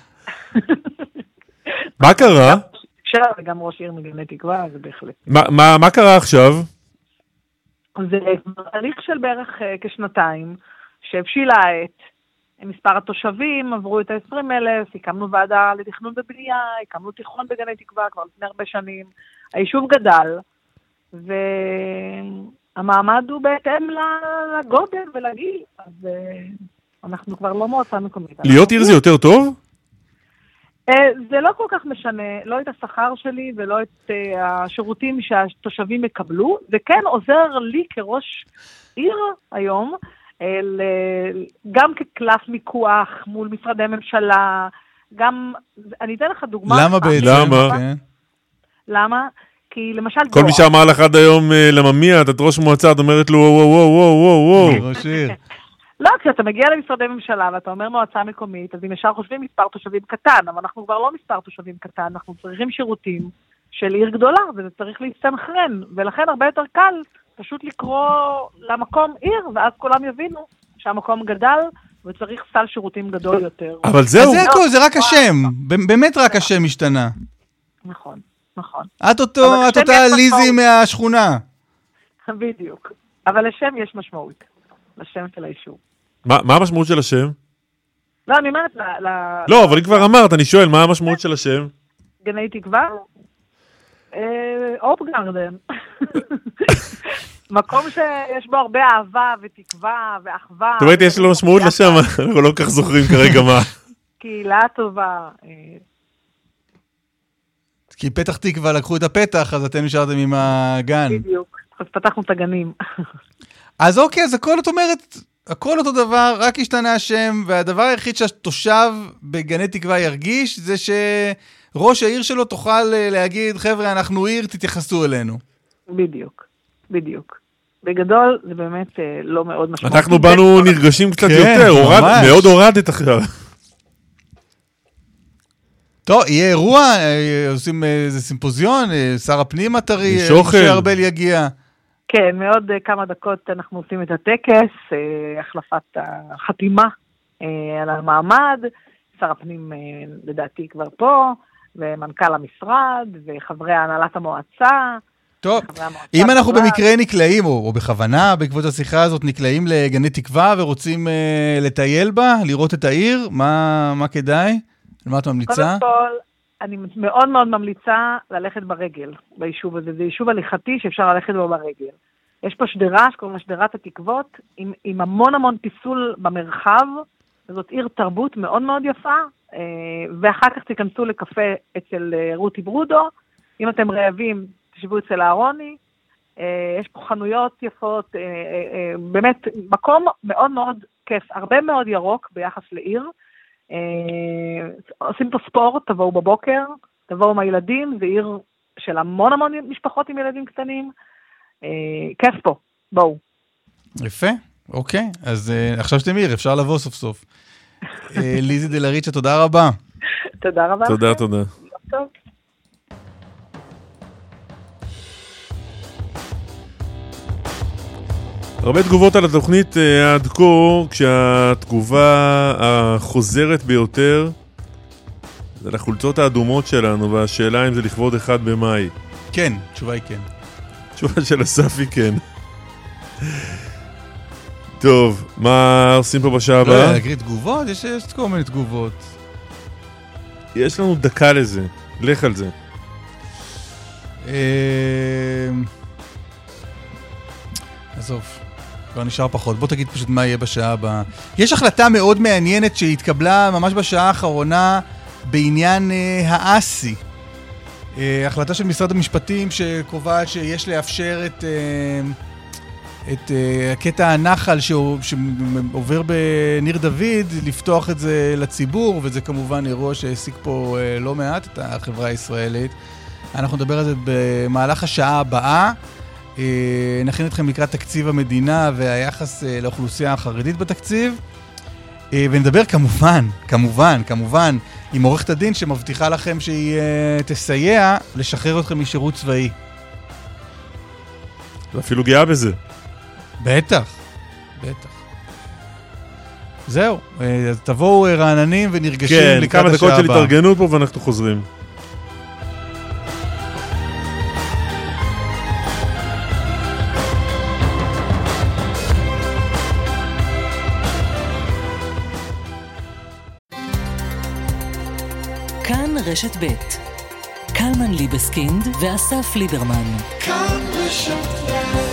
מה קרה? עכשיו, גם ראש עיר מגני תקווה, זה בהחלט. מה קרה עכשיו? זה הליך של בערך כשנתיים, שהבשילה העת. מספר התושבים עברו את ה-עשרים אלף, הקמנו ועדה לתכנון ובנייה, הקמנו תיכון בגני תקווה כבר לפני הרבה שנים. היישוב גדל, והמעמד הוא בהתאם לגודל ולגיל, אז אנחנו כבר לא מועצה מקומית. להיות עיר זה יותר טוב? זה לא כל כך משנה, לא את השכר שלי ולא את השירותים שהתושבים יקבלו, זה כן עוזר לי כראש עיר היום, גם כקלף מיקוח מול משרדי ממשלה, גם, אני אתן לך דוגמה. למה בעצם? למה? למה? כי למשל... כל מי שאמר לך עד היום לממיה, את ראש מועצה, את אומרת לו וואו וואו וואו וואו וואו. ראש עיר. לא, כשאתה מגיע למשרדי ממשלה ואתה אומר מועצה מקומית, אז אם ישר חושבים מספר תושבים קטן, אבל אנחנו כבר לא מספר תושבים קטן, אנחנו צריכים שירותים של עיר גדולה, וזה צריך להסתנכרן, ולכן הרבה יותר קל פשוט לקרוא למקום עיר, ואז כולם יבינו שהמקום גדל, וצריך סל שירותים גדול יותר. אבל זהו. זה הכל, זה רק השם, באמת רק השם השתנה. נכון, נכון. את אותו, את אותה ליזי מהשכונה. בדיוק. אבל לשם יש משמעות. לשם של היישוב. מה, מה המשמעות של השם? לא, אני אומרת ל... לא, אבל אם כבר אמרת, אני שואל, מה המשמעות של השם? גני תקווה? אופ גרדן. מקום שיש בו הרבה אהבה ותקווה ואחווה. זאת אומרת, יש לו משמעות לשם, אנחנו לא כך זוכרים כרגע מה. קהילה טובה. כי פתח תקווה לקחו את הפתח, אז אתם נשארתם עם הגן. בדיוק, אז פתחנו את הגנים. אז אוקיי, אז הכל, את אומרת, הכל אותו דבר, רק השתנה השם, והדבר היחיד שהתושב בגני תקווה ירגיש, זה שראש העיר שלו תוכל להגיד, חבר'ה, אנחנו עיר, תתייחסו אלינו. בדיוק, בדיוק. בגדול, זה באמת לא מאוד משמעותי. אנחנו באנו נרגשים קצת יותר, מאוד הורדת עכשיו. טוב, יהיה אירוע, עושים איזה סימפוזיון, שר הפנים הטרי, שארבל יגיע. כן, מעוד כמה דקות אנחנו עושים את הטקס, החלפת החתימה על המעמד, שר הפנים לדעתי כבר פה, ומנכ"ל המשרד, וחברי הנהלת המועצה. טוב, אם אנחנו במקרה נקלעים, או בכוונה, בעקבות השיחה הזאת, נקלעים לגני תקווה, ורוצים לטייל בה, לראות את העיר, מה כדאי? מה את ממליצה? קודם כל, אני מאוד מאוד ממליצה ללכת ברגל ביישוב הזה. זה יישוב הליכתי שאפשר ללכת בו ברגל. יש פה שדרה שקוראים לה שדרת התקוות, עם, עם המון המון פיסול במרחב. זאת עיר תרבות מאוד מאוד יפה, ואחר כך תיכנסו לקפה אצל רותי ברודו. אם אתם רעבים, תשבו אצל הארוני. יש פה חנויות יפות, באמת מקום מאוד מאוד כיף, הרבה מאוד ירוק ביחס לעיר. עושים פה ספורט, תבואו בבוקר, תבואו עם הילדים, זה עיר של המון המון משפחות עם ילדים קטנים, כיף פה, בואו. יפה, אוקיי, אז עכשיו שאתם עיר, אפשר לבוא סוף סוף. ליזי דלריצ'ה, תודה רבה. תודה רבה. תודה, תודה. טוב. הרבה תגובות על התוכנית עד כה, כשהתגובה החוזרת ביותר זה לחולצות האדומות שלנו, והשאלה אם זה לכבוד אחד במאי. כן, תשובה היא כן. תשובה של אסף היא כן. טוב, מה עושים פה בשעה הבאה? לא, להקריא תגובות? יש כל מיני תגובות. יש לנו דקה לזה, לך על זה. עזוב. כבר נשאר פחות. בוא תגיד פשוט מה יהיה בשעה הבאה. יש החלטה מאוד מעניינת שהתקבלה ממש בשעה האחרונה בעניין האסי. החלטה של משרד המשפטים שקובעת שיש לאפשר את, את הקטע הנחל שעובר בניר דוד, לפתוח את זה לציבור, וזה כמובן אירוע שהעסיק פה לא מעט את החברה הישראלית. אנחנו נדבר על זה במהלך השעה הבאה. נכין אתכם לקראת תקציב המדינה והיחס לאוכלוסייה החרדית בתקציב, ונדבר כמובן, כמובן, כמובן, עם עורכת הדין שמבטיחה לכם שהיא תסייע לשחרר אתכם משירות צבאי. ואפילו גאה בזה. בטח, בטח. זהו, אז תבואו רעננים ונרגשים כן, לקראת כמה השעה דקות של הבאה. התארגנות פה ואנחנו חוזרים. כאן רשת ב' קלמן ליבסקינד ואסף ליברמן. כאן רשת ב'.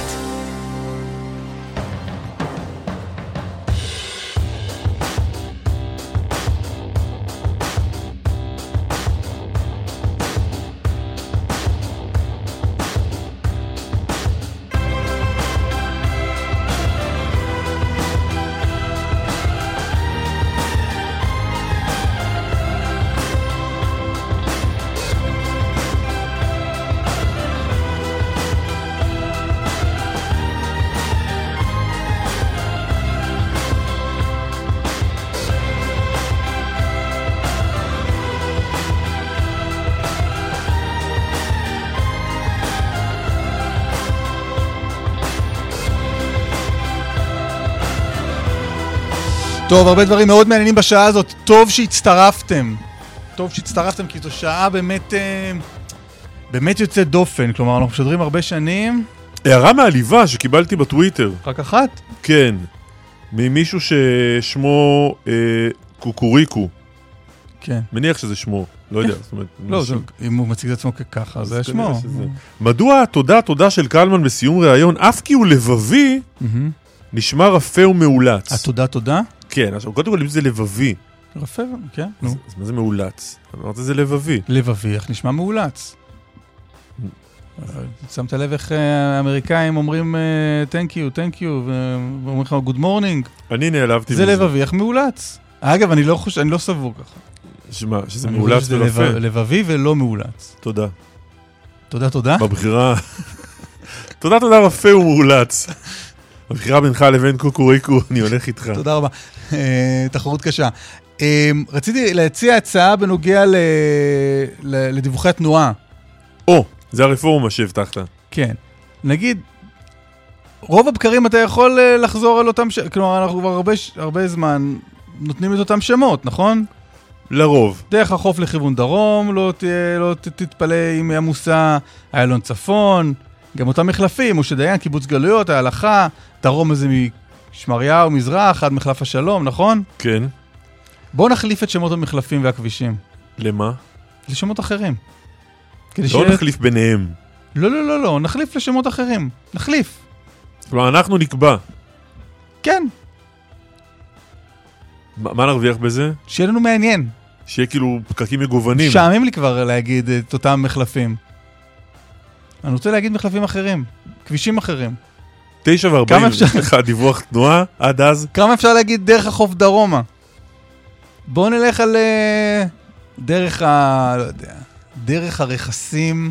טוב, הרבה דברים מאוד מעניינים בשעה הזאת. טוב שהצטרפתם. טוב שהצטרפתם, כי זו שעה באמת, באמת יוצאת דופן. כלומר, אנחנו משדרים הרבה שנים. הערה מעליבה שקיבלתי בטוויטר. רק אחת? כן. ממישהו ששמו אה, קוקוריקו. כן. מניח שזה שמו. לא יודע. זאת אומרת, לא, משהו... אם הוא מציג את עצמו ככה, זה שמו. שזה... מדוע התודה, תודה של קלמן בסיום ראיון, אף כי הוא לבבי, mm-hmm. נשמע רפה ומאולץ. התודה, תודה? כן, עכשיו, קודם כל, אם זה לבבי. רפה, כן. אז, אז מה זה מאולץ? אמרת זה לבבי. לבבי, איך נשמע מאולץ? שמת לב איך האמריקאים אומרים thank you, thank you, ואומרים לך good morning. אני נעלבתי זה לבבי, איך מאולץ. אגב, אני לא חושב, אני לא סבור ככה. שמה, שזה מאולץ ורפה? לבבי ולא מאולץ. תודה. תודה, תודה. בבחירה. תודה, תודה, רפה ומאולץ. בבחירה בינך לבין קוקוריקו, אני הולך איתך. תודה רבה. תחרות קשה. רציתי להציע הצעה בנוגע לדיווחי התנועה. או, זה הרפורמה שהבטחת. כן. נגיד, רוב הבקרים אתה יכול לחזור על אותם, כלומר, אנחנו כבר הרבה, הרבה זמן נותנים את אותם שמות, נכון? לרוב. דרך החוף לכיוון דרום, לא, תהיה, לא תתפלא אם היא עמוסה, איילון צפון, גם אותם מחלפים, משה דיין, קיבוץ גלויות, ההלכה, דרום הזה משמריהו, מזרח, עד מחלף השלום, נכון? כן. בואו נחליף את שמות המחלפים והכבישים. למה? לשמות אחרים. לא ש... נחליף ביניהם. לא, לא, לא, לא, נחליף לשמות אחרים. נחליף. כלומר, אנחנו נקבע. כן. מה, מה נרוויח בזה? שיהיה לנו מעניין. שיהיה כאילו פקקים מגוונים. שעמים לי כבר להגיד את אותם מחלפים. אני רוצה להגיד מחלפים אחרים. כבישים אחרים. תשע וארבעים, יש לך דיווח תנועה עד אז. כמה אפשר להגיד דרך החוף דרומה? בואו נלך על דרך ה... לא יודע, דרך הרכסים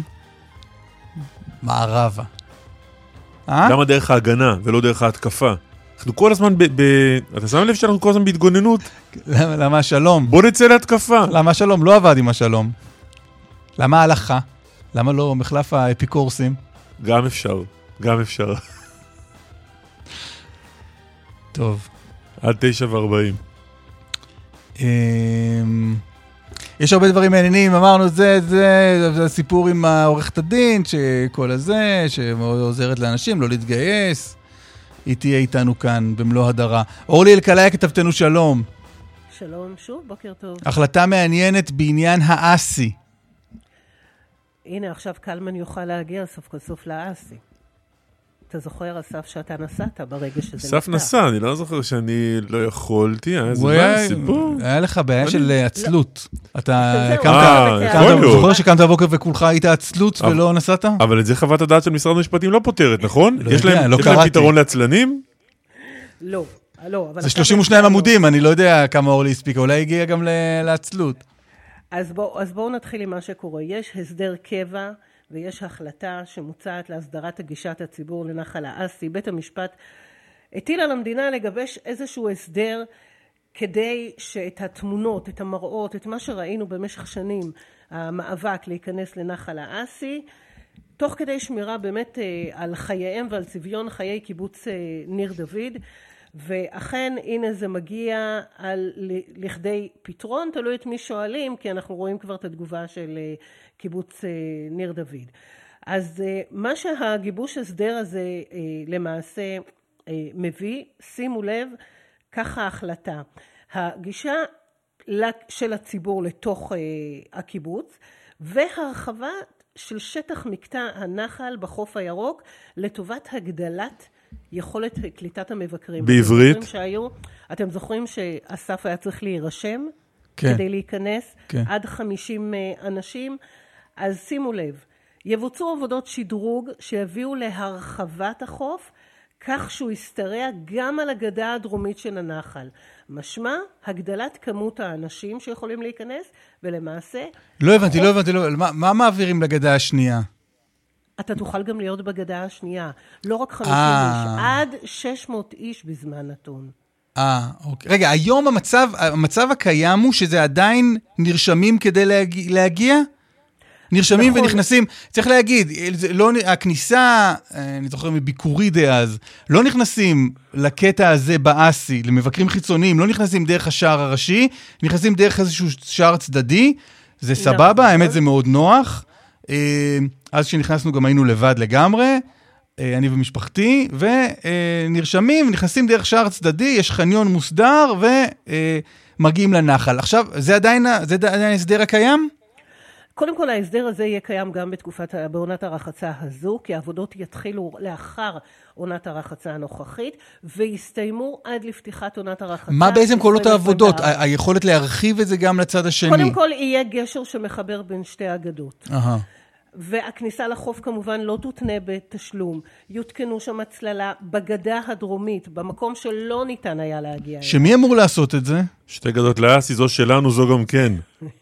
מערבה. למה דרך ההגנה ולא דרך ההתקפה? אנחנו כל הזמן ב... אתה שם לב שאנחנו כל הזמן בהתגוננות? למה השלום? בוא נצא להתקפה. למה השלום? לא עבד עם השלום. למה ההלכה? למה לא מחלף האפיקורסים? גם אפשר, גם אפשר. טוב. עד תשע וארבעים. יש הרבה דברים מעניינים, אמרנו זה, זה, זה הסיפור עם העורכת הדין, שכל הזה, שעוזרת לאנשים לא להתגייס, היא תהיה איתנו כאן במלוא הדרה. אורלי אלקלעי, כתבתנו שלום. שלום, שוב, בוקר טוב. החלטה מעניינת בעניין האסי. הנה, עכשיו קלמן יוכל להגיע סוף כל סוף לאסי. אתה זוכר, אסף, שאתה נסעת ברגע שזה נפתח? אסף נסע, אני לא זוכר שאני לא יכולתי, היה איזה מה, סיפור. היה לך בעיה של עצלות. אתה זוכר שקמת בבוקר וכולך היית עצלות ולא נסעת? אבל את זה חוות הדעת של משרד המשפטים לא פותרת, נכון? לא יש יודע, לא להם קראתי. פתרון לעצלנים? לא, לא. זה שלושים ושניים עמודים, אני לא יודע כמה אורלי הספיקה, אולי הגיע גם לעצלות. אז בואו אז בוא נתחיל עם מה שקורה. יש הסדר קבע ויש החלטה שמוצעת להסדרת הגישת הציבור לנחל האסי. בית המשפט הטיל על המדינה לגבש איזשהו הסדר כדי שאת התמונות, את המראות, את מה שראינו במשך שנים, המאבק להיכנס לנחל האסי, תוך כדי שמירה באמת על חייהם ועל צביון חיי קיבוץ ניר דוד, ואכן הנה זה מגיע על לכדי פתרון, תלוי את מי שואלים, כי אנחנו רואים כבר את התגובה של קיבוץ ניר דוד. אז מה שהגיבוש הסדר הזה למעשה מביא, שימו לב, ככה ההחלטה. הגישה של הציבור לתוך הקיבוץ, והרחבה של שטח מקטע הנחל בחוף הירוק, לטובת הגדלת יכולת קליטת המבקרים. בעברית? אתם זוכרים, שהיו, אתם זוכרים שאסף היה צריך להירשם כן. כדי להיכנס כן. עד חמישים אנשים? אז שימו לב, יבוצעו עבודות שדרוג שיביאו להרחבת החוף, כך שהוא ישתרע גם על הגדה הדרומית של הנחל. משמע, הגדלת כמות האנשים שיכולים להיכנס, ולמעשה... לא הבנתי, לא הבנתי, לא, מה, מה מעבירים לגדה השנייה? אתה תוכל גם להיות בגדה השנייה. לא רק חמישים איש, עד שש מאות איש בזמן נתון. אה, אוקיי. רגע, היום המצב, המצב הקיים הוא שזה עדיין נרשמים כדי להגיע? להגיע? נרשמים נכון. ונכנסים, צריך להגיד, לא, הכניסה, אני זוכר מביקורי דאז, לא נכנסים לקטע הזה באסי, למבקרים חיצוניים, לא נכנסים דרך השער הראשי, נכנסים דרך איזשהו שער צדדי, זה סבבה, האמת זה מאוד נוח. אז כשנכנסנו גם היינו לבד לגמרי, אני ומשפחתי, ונרשמים, נכנסים דרך שער צדדי, יש חניון מוסדר, ומגיעים לנחל. עכשיו, זה עדיין, זה עדיין ההסדר הקיים? קודם כל, ההסדר הזה יהיה קיים גם בתקופת, בעונת הרחצה הזו, כי העבודות יתחילו לאחר עונת הרחצה הנוכחית, ויסתיימו עד לפתיחת עונת הרחצה. מה בעצם כל אותה עבודות? היכולת להרחיב את זה גם לצד השני? קודם כל, יהיה גשר שמחבר בין שתי האגדות. אהה. והכניסה לחוף כמובן לא תותנה בתשלום. יותקנו שם הצללה בגדה הדרומית, במקום שלא ניתן היה להגיע. שמי אמור לעשות את זה? שתי גדות לאסי, זו שלנו, זו גם כן.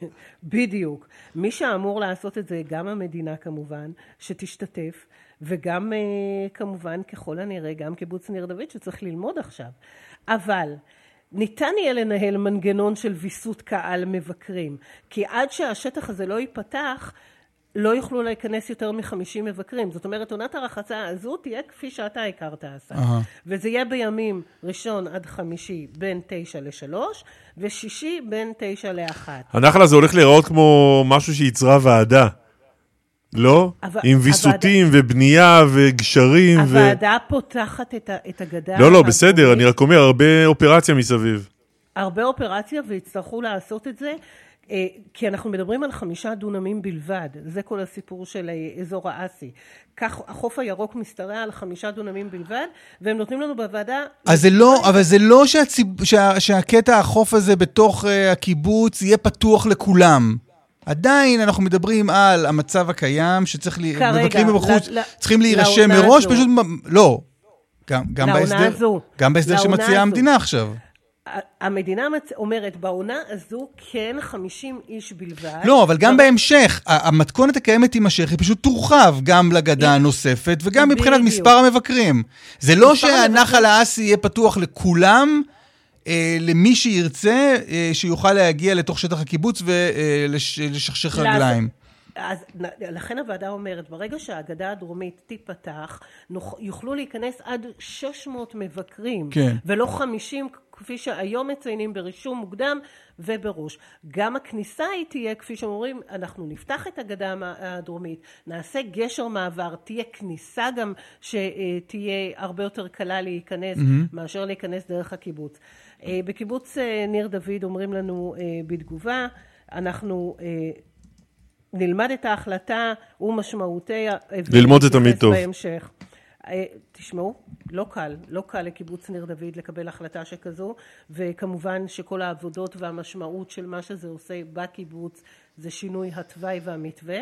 בדיוק. מי שאמור לעשות את זה, גם המדינה כמובן, שתשתתף, וגם כמובן ככל הנראה, גם קיבוץ ניר דוד שצריך ללמוד עכשיו. אבל ניתן יהיה לנהל מנגנון של ויסות קהל מבקרים, כי עד שהשטח הזה לא ייפתח, לא יוכלו להיכנס יותר מ-חמישים מבקרים. זאת אומרת, עונת הרחצה הזו תהיה כפי שאתה הכרת עשה. Uh-huh. וזה יהיה בימים ראשון עד חמישי בין תשע לשלוש, ושישי בין תשע לאחת. הנחל הזה הולך להיראות כמו משהו שיצרה ועדה. לא? אבל, עם ויסותים הוועד... ובנייה וגשרים. הוועדה ו... פותחת את, ה... את הגדה. לא, לא, בסדר, אני רק אומר, הרבה אופרציה מסביב. הרבה אופרציה, והצטרכו לעשות את זה. כי אנחנו מדברים על חמישה דונמים בלבד, זה כל הסיפור של אזור האסי. כך החוף הירוק משתרע על חמישה דונמים בלבד, והם נותנים לנו בוועדה... אז זה לא, אבל זה לא שהציב, שה, שהקטע החוף הזה בתוך uh, הקיבוץ יהיה פתוח לכולם. עדיין אנחנו מדברים על המצב הקיים, שצריך לי... כרגע, מבקרים מבחוץ, ל, צריכים להירשם מראש, זו. פשוט... לא. גם, גם בהסדר, זו. גם בהסדר שמציעה המדינה עכשיו. המדינה אומרת, בעונה הזו כן חמישים איש בלבד. לא, אבל גם בהמשך, המתכונת הקיימת תימשך, היא פשוט תורחב גם לגדה הנוספת, וגם מבחינת מספר המבקרים. זה לא שהנחל האסי יהיה פתוח לכולם, למי שירצה, שיוכל להגיע לתוך שטח הקיבוץ ולשכשך רגליים. אז לכן הוועדה אומרת, ברגע שהאגדה הדרומית תיפתח, יוכלו להיכנס עד שש מאות מבקרים, כן. ולא חמישים כפי שהיום מציינים ברישום מוקדם ובראש. גם הכניסה היא תהיה, כפי שאומרים, אנחנו נפתח את הגדה הדרומית, נעשה גשר מעבר, תהיה כניסה גם שתהיה הרבה יותר קלה להיכנס, mm-hmm. מאשר להיכנס דרך הקיבוץ. בקיבוץ ניר דוד אומרים לנו בתגובה, אנחנו... נלמד את ההחלטה ומשמעותיה. ללמוד את תמיד טוב. בהמשך. תשמעו, לא קל, לא קל לקיבוץ ניר דוד לקבל החלטה שכזו, וכמובן שכל העבודות והמשמעות של מה שזה עושה בקיבוץ, זה שינוי התוואי והמתווה.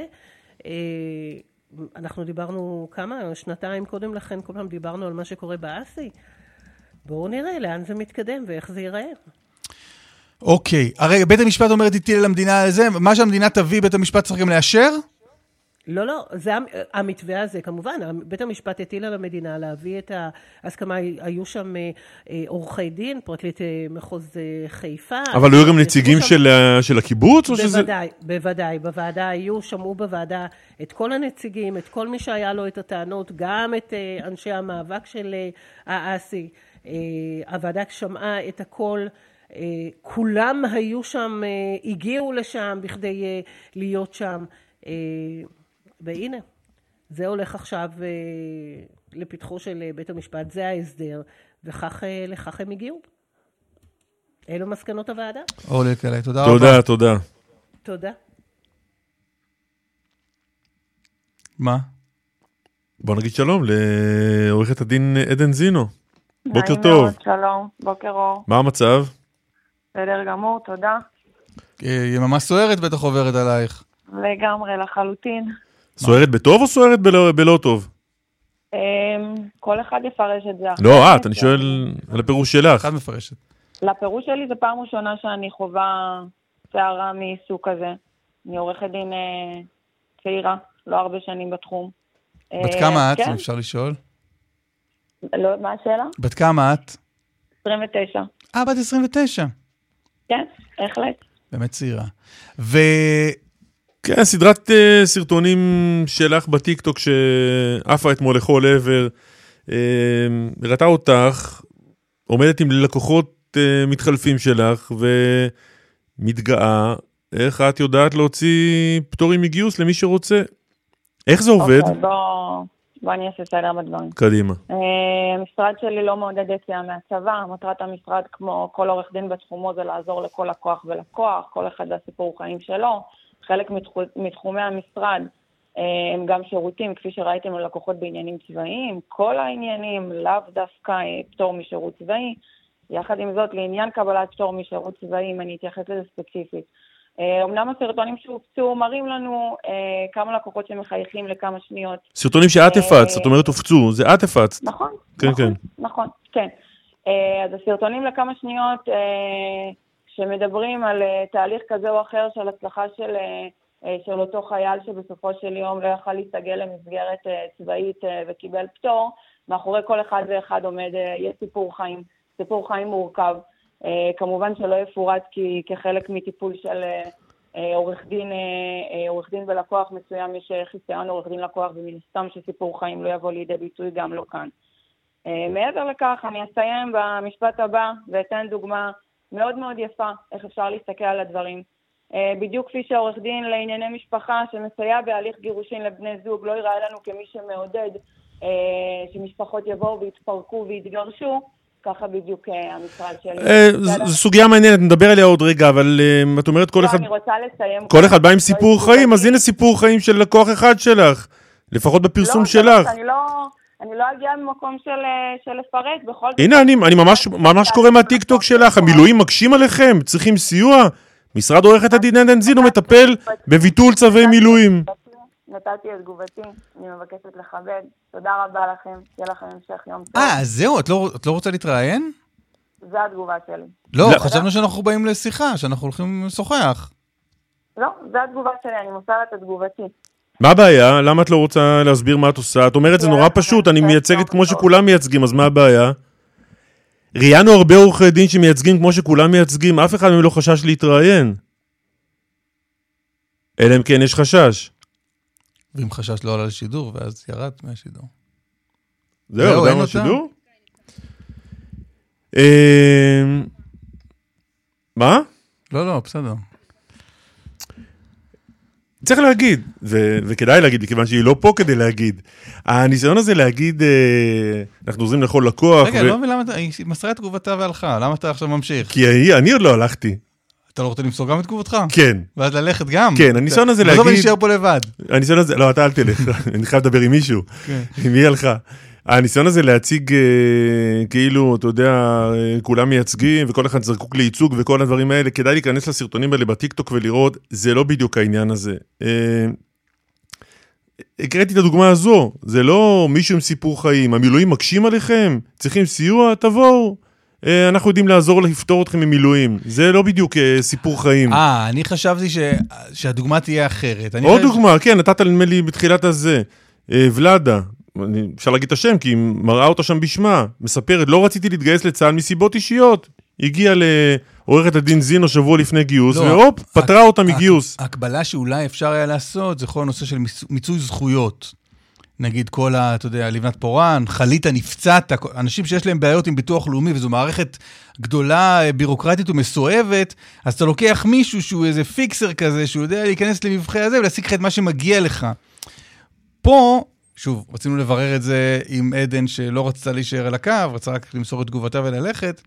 אנחנו דיברנו כמה, שנתיים קודם לכן, כל פעם דיברנו על מה שקורה באסי. בואו נראה לאן זה מתקדם ואיך זה ייראה. אוקיי, הרי בית המשפט אומרת הטיל על המדינה על זה, מה שהמדינה תביא, בית המשפט צריך גם לאשר? לא, לא, זה המתווה הזה, כמובן, בית המשפט הטיל על המדינה להביא את ההסכמה, היו שם עורכי דין, פרקליט מחוז חיפה. אבל היו גם נציגים של הקיבוץ? בוודאי, בוודאי, בוועדה היו, שמעו בוועדה את כל הנציגים, את כל מי שהיה לו את הטענות, גם את אנשי המאבק של האסי, הוועדה שמעה את הכל, כולם היו שם, הגיעו לשם בכדי להיות שם, והנה, זה הולך עכשיו לפתחו של בית המשפט, זה ההסדר, וכך לכך הם הגיעו. אלו מסקנות הוועדה. אורלי קלעי, תודה רבה. תודה, תודה. תודה. מה? בוא נגיד שלום לעורכת הדין עדן זינו. בוקר טוב. שלום, בוקר אור. מה המצב? בסדר גמור, תודה. יממה סוערת בטח עוברת עלייך. לגמרי, לחלוטין. סוערת בטוב או סוערת בלא טוב? כל אחד יפרש את זה. לא, את, אני שואל על הפירוש שלך. אחד מפרשת. לפירוש שלי זה פעם ראשונה שאני חווה שערה מסוג כזה. אני עורכת דין צעירה, לא הרבה שנים בתחום. בת כמה את, אפשר לשאול? לא, מה השאלה? בת כמה את? עשרים ותשע. אה, בת עשרים ותשע. כן, בהחלט. באמת צעירה. ו... כן, סדרת uh, סרטונים שלך בטיקטוק שעפה אתמול לכל עבר, uh, ראתה אותך, עומדת עם לקוחות uh, מתחלפים שלך ומתגאה, איך את יודעת להוציא פטורים מגיוס למי שרוצה? איך זה עובד? אוקיי, בוא, בוא אני אעשה סדר בדברים. קדימה. Uh, המשרד שלי לא מעודד יציאה מהצבא, מטרת המשרד כמו כל עורך דין בתחומו זה לעזור לכל לקוח ולקוח, כל אחד והסיפור חיים שלו. חלק מתחומי המשרד הם גם שירותים, כפי שראיתם ללקוחות בעניינים צבאיים, כל העניינים לאו דווקא פטור משירות צבאי, יחד עם זאת לעניין קבלת פטור משירות צבאי, אם אני אתייחס לזה ספציפית. אמנם הסרטונים שהופצו מראים לנו כמה לקוחות שמחייכים לכמה שניות. סרטונים שאת הפצת, זאת אומרת הופצו, זה את הפצת. נכון, כן, נכון, כן. נכון, כן. אז הסרטונים לכמה שניות שמדברים על uh, תהליך כזה או אחר של הצלחה של, uh, של אותו חייל שבסופו של יום לא יכל להסתגל למסגרת uh, צבאית uh, וקיבל פטור, מאחורי כל אחד ואחד עומד, uh, יש סיפור חיים, סיפור חיים מורכב, uh, כמובן שלא יפורט כי כחלק מטיפול של uh, uh, עורך דין, uh, uh, עורך דין ולקוח מסוים, יש חיסיון עורך דין לקוח ומן סתם שסיפור חיים לא יבוא לידי ביטוי גם לא כאן. Uh, מעבר לכך אני אסיים במשפט הבא ואתן דוגמה מאוד מאוד יפה, איך אפשר להסתכל על הדברים. בדיוק כפי שעורך דין לענייני משפחה שמסייע בהליך גירושין לבני זוג, לא יראה לנו כמי שמעודד שמשפחות יבואו והתפרקו והתגרשו, ככה בדיוק המשרד שלי. זו סוגיה מעניינת, נדבר עליה עוד רגע, אבל את אומרת כל אחד... אני רוצה לסיים... כל אחד בא עם סיפור חיים, אז הנה סיפור חיים של לקוח אחד שלך, לפחות בפרסום שלך. אני לא... אני לא אגיע ממקום של, של לפרט, בכל זאת... הנה, אני, אני ממש, ממש קורא מהטיקטוק שלך, המילואים מקשים עליכם, צריכים סיוע. משרד עורכת הדין עדן זינו מטפל בביטול צווי מילואים. נתתי את תגובתי, אני מבקשת לכבד. תודה רבה לכם, שיהיה לכם המשך יום טוב. אה, זהו, את לא, את לא רוצה להתראיין? זו התגובה שלי. לא, חשבנו שאנחנו באים לשיחה, שאנחנו הולכים לשוחח. לא, זו התגובה שלי, אני מוסרת את תגובתי. מה הבעיה? למה את לא רוצה להסביר מה את עושה? את אומרת, זה נורא פשוט, אני מייצגת כמו שכולם מייצגים, אז מה הבעיה? ראיינו הרבה עורכי דין שמייצגים כמו שכולם מייצגים, אף אחד מהם לא חשש להתראיין. אלא אם כן יש חשש. ואם חשש לא עלה לשידור, ואז ירד מהשידור. זהו, גם מהשידור? מה? לא, לא, בסדר. צריך להגיד, ו- וכדאי להגיד, מכיוון שהיא לא פה כדי להגיד. הניסיון הזה להגיד, אה, אנחנו עוזרים לכל לקוח. רגע, ו- לא מבין למה אתה, היא מסרה את תגובתה והלכה, למה אתה עכשיו ממשיך? כי אני, אני עוד לא הלכתי. אתה לא רוצה למסור גם את תגובתך? כן. ואז ללכת גם? כן, הניסיון הזה להגיד... לא נשאר פה לבד. הניסיון הזה, לא, אתה אל תלך, אני חייב לדבר עם מישהו. כן. עם מי הלכה? הניסיון הזה להציג אה, כאילו, אתה יודע, אה, כולם מייצגים וכל אחד זרקוק לייצוג וכל הדברים האלה, כדאי להיכנס לסרטונים האלה בטיקטוק ולראות, זה לא בדיוק העניין הזה. אה, הקראתי את הדוגמה הזו, זה לא מישהו עם סיפור חיים, המילואים מקשים עליכם, צריכים סיוע, תבואו. אה, אנחנו יודעים לעזור לפתור אתכם ממילואים, זה לא בדיוק אה, סיפור חיים. אה, אני חשבתי ש... שהדוגמה תהיה אחרת. עוד דוגמה, ש... כן, נתת לי בתחילת הזה, אה, ולדה. אפשר להגיד את השם, כי היא מראה אותה שם בשמה, מספרת, לא רציתי להתגייס לצה"ל מסיבות אישיות. הגיעה לעורכת הדין זינו שבוע לפני גיוס, לא, והופ, פטרה אותה מגיוס. ההקבלה שאולי אפשר היה לעשות, זה כל הנושא של מיצוי זכויות. נגיד כל ה, אתה יודע, לבנת פורן, חלית נפצעת, אנשים שיש להם בעיות עם ביטוח לאומי, וזו מערכת גדולה, בירוקרטית ומסואבת, אז אתה לוקח מישהו שהוא איזה פיקסר כזה, שהוא יודע להיכנס למבחי הזה, ולהשיג לך את מה שמגיע לך. פה, שוב, רצינו לברר את זה עם עדן שלא רצתה להישאר על הקו, רצה רק למסור את תגובתה וללכת.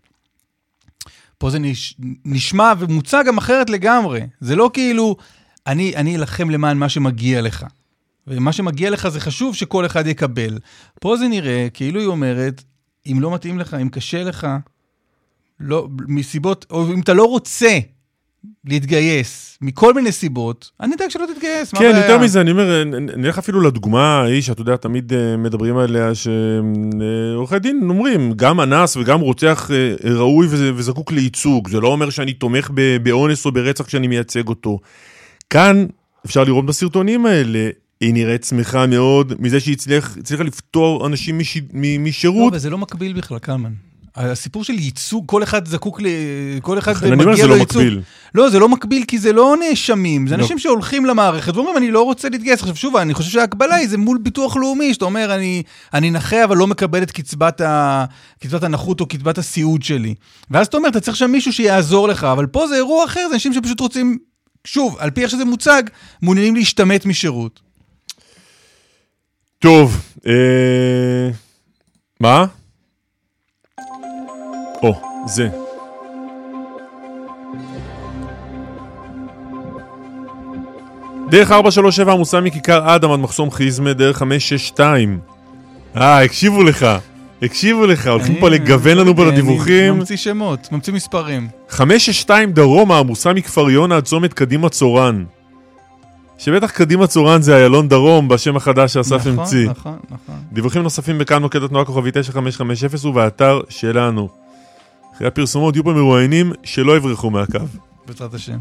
פה זה נש... נשמע ומוצא גם אחרת לגמרי. זה לא כאילו, אני, אני אלחם למען מה שמגיע לך. ומה שמגיע לך זה חשוב שכל אחד יקבל. פה זה נראה כאילו היא אומרת, אם לא מתאים לך, אם קשה לך, לא, מסיבות, או אם אתה לא רוצה להתגייס, מכל מיני סיבות, אני יודע שלא תתגייס. כן, יותר מזה, אני אומר, נלך אפילו לדוגמה ההיא, שאתה יודע, תמיד מדברים עליה, שעורכי דין אומרים, גם אנס וגם רוצח ראוי וזקוק לייצוג, זה לא אומר שאני תומך באונס או ברצח כשאני מייצג אותו. כאן, אפשר לראות בסרטונים האלה, היא נראית שמחה מאוד, מזה שהיא הצליחה לפתור אנשים משירות. לא, וזה לא מקביל בכלל, קלמן. הסיפור של ייצוג, כל אחד זקוק ל... כל אחד מגיע לו ייצוג. לא, זה לא מקביל, כי זה לא נאשמים, זה אנשים שהולכים למערכת, ואומרים, אני לא רוצה להתגייס. עכשיו שוב, אני חושב שההקבלה היא, זה מול ביטוח לאומי, שאתה אומר, אני, אני נכה, אבל לא מקבל את קצבת, ה... קצבת הנחות או קצבת הסיעוד שלי. ואז אתה אומר, אתה צריך שם מישהו שיעזור לך, אבל פה זה אירוע אחר, זה אנשים שפשוט רוצים, שוב, על פי איך שזה מוצג, מעוניינים להשתמט משירות. טוב, אה... מה? או, זה. דרך ארבע שלוש שבע עמוסה מכיכר אדם עד מחסום חיזמה, דרך חמש שש שתיים. אה, הקשיבו לך. הקשיבו לך, הולכים פה לגוון לנו פה לדיווחים. אני ממציא שמות, ממציא מספרים. חמש שש שתיים דרומה עמוסה מכפר יונה עד צומת קדימה צורן. שבטח קדימה צורן זה איילון דרום בשם החדש שאסף המציא. נכון, נכון. דיווחים נוספים בכאן מוקד התנועה כוכבי תשע חמש חמש אפס ובאתר שלנו. אחרי הפרסומות יהיו פה מרואיינים שלא יברחו מהקו. בעזרת השם.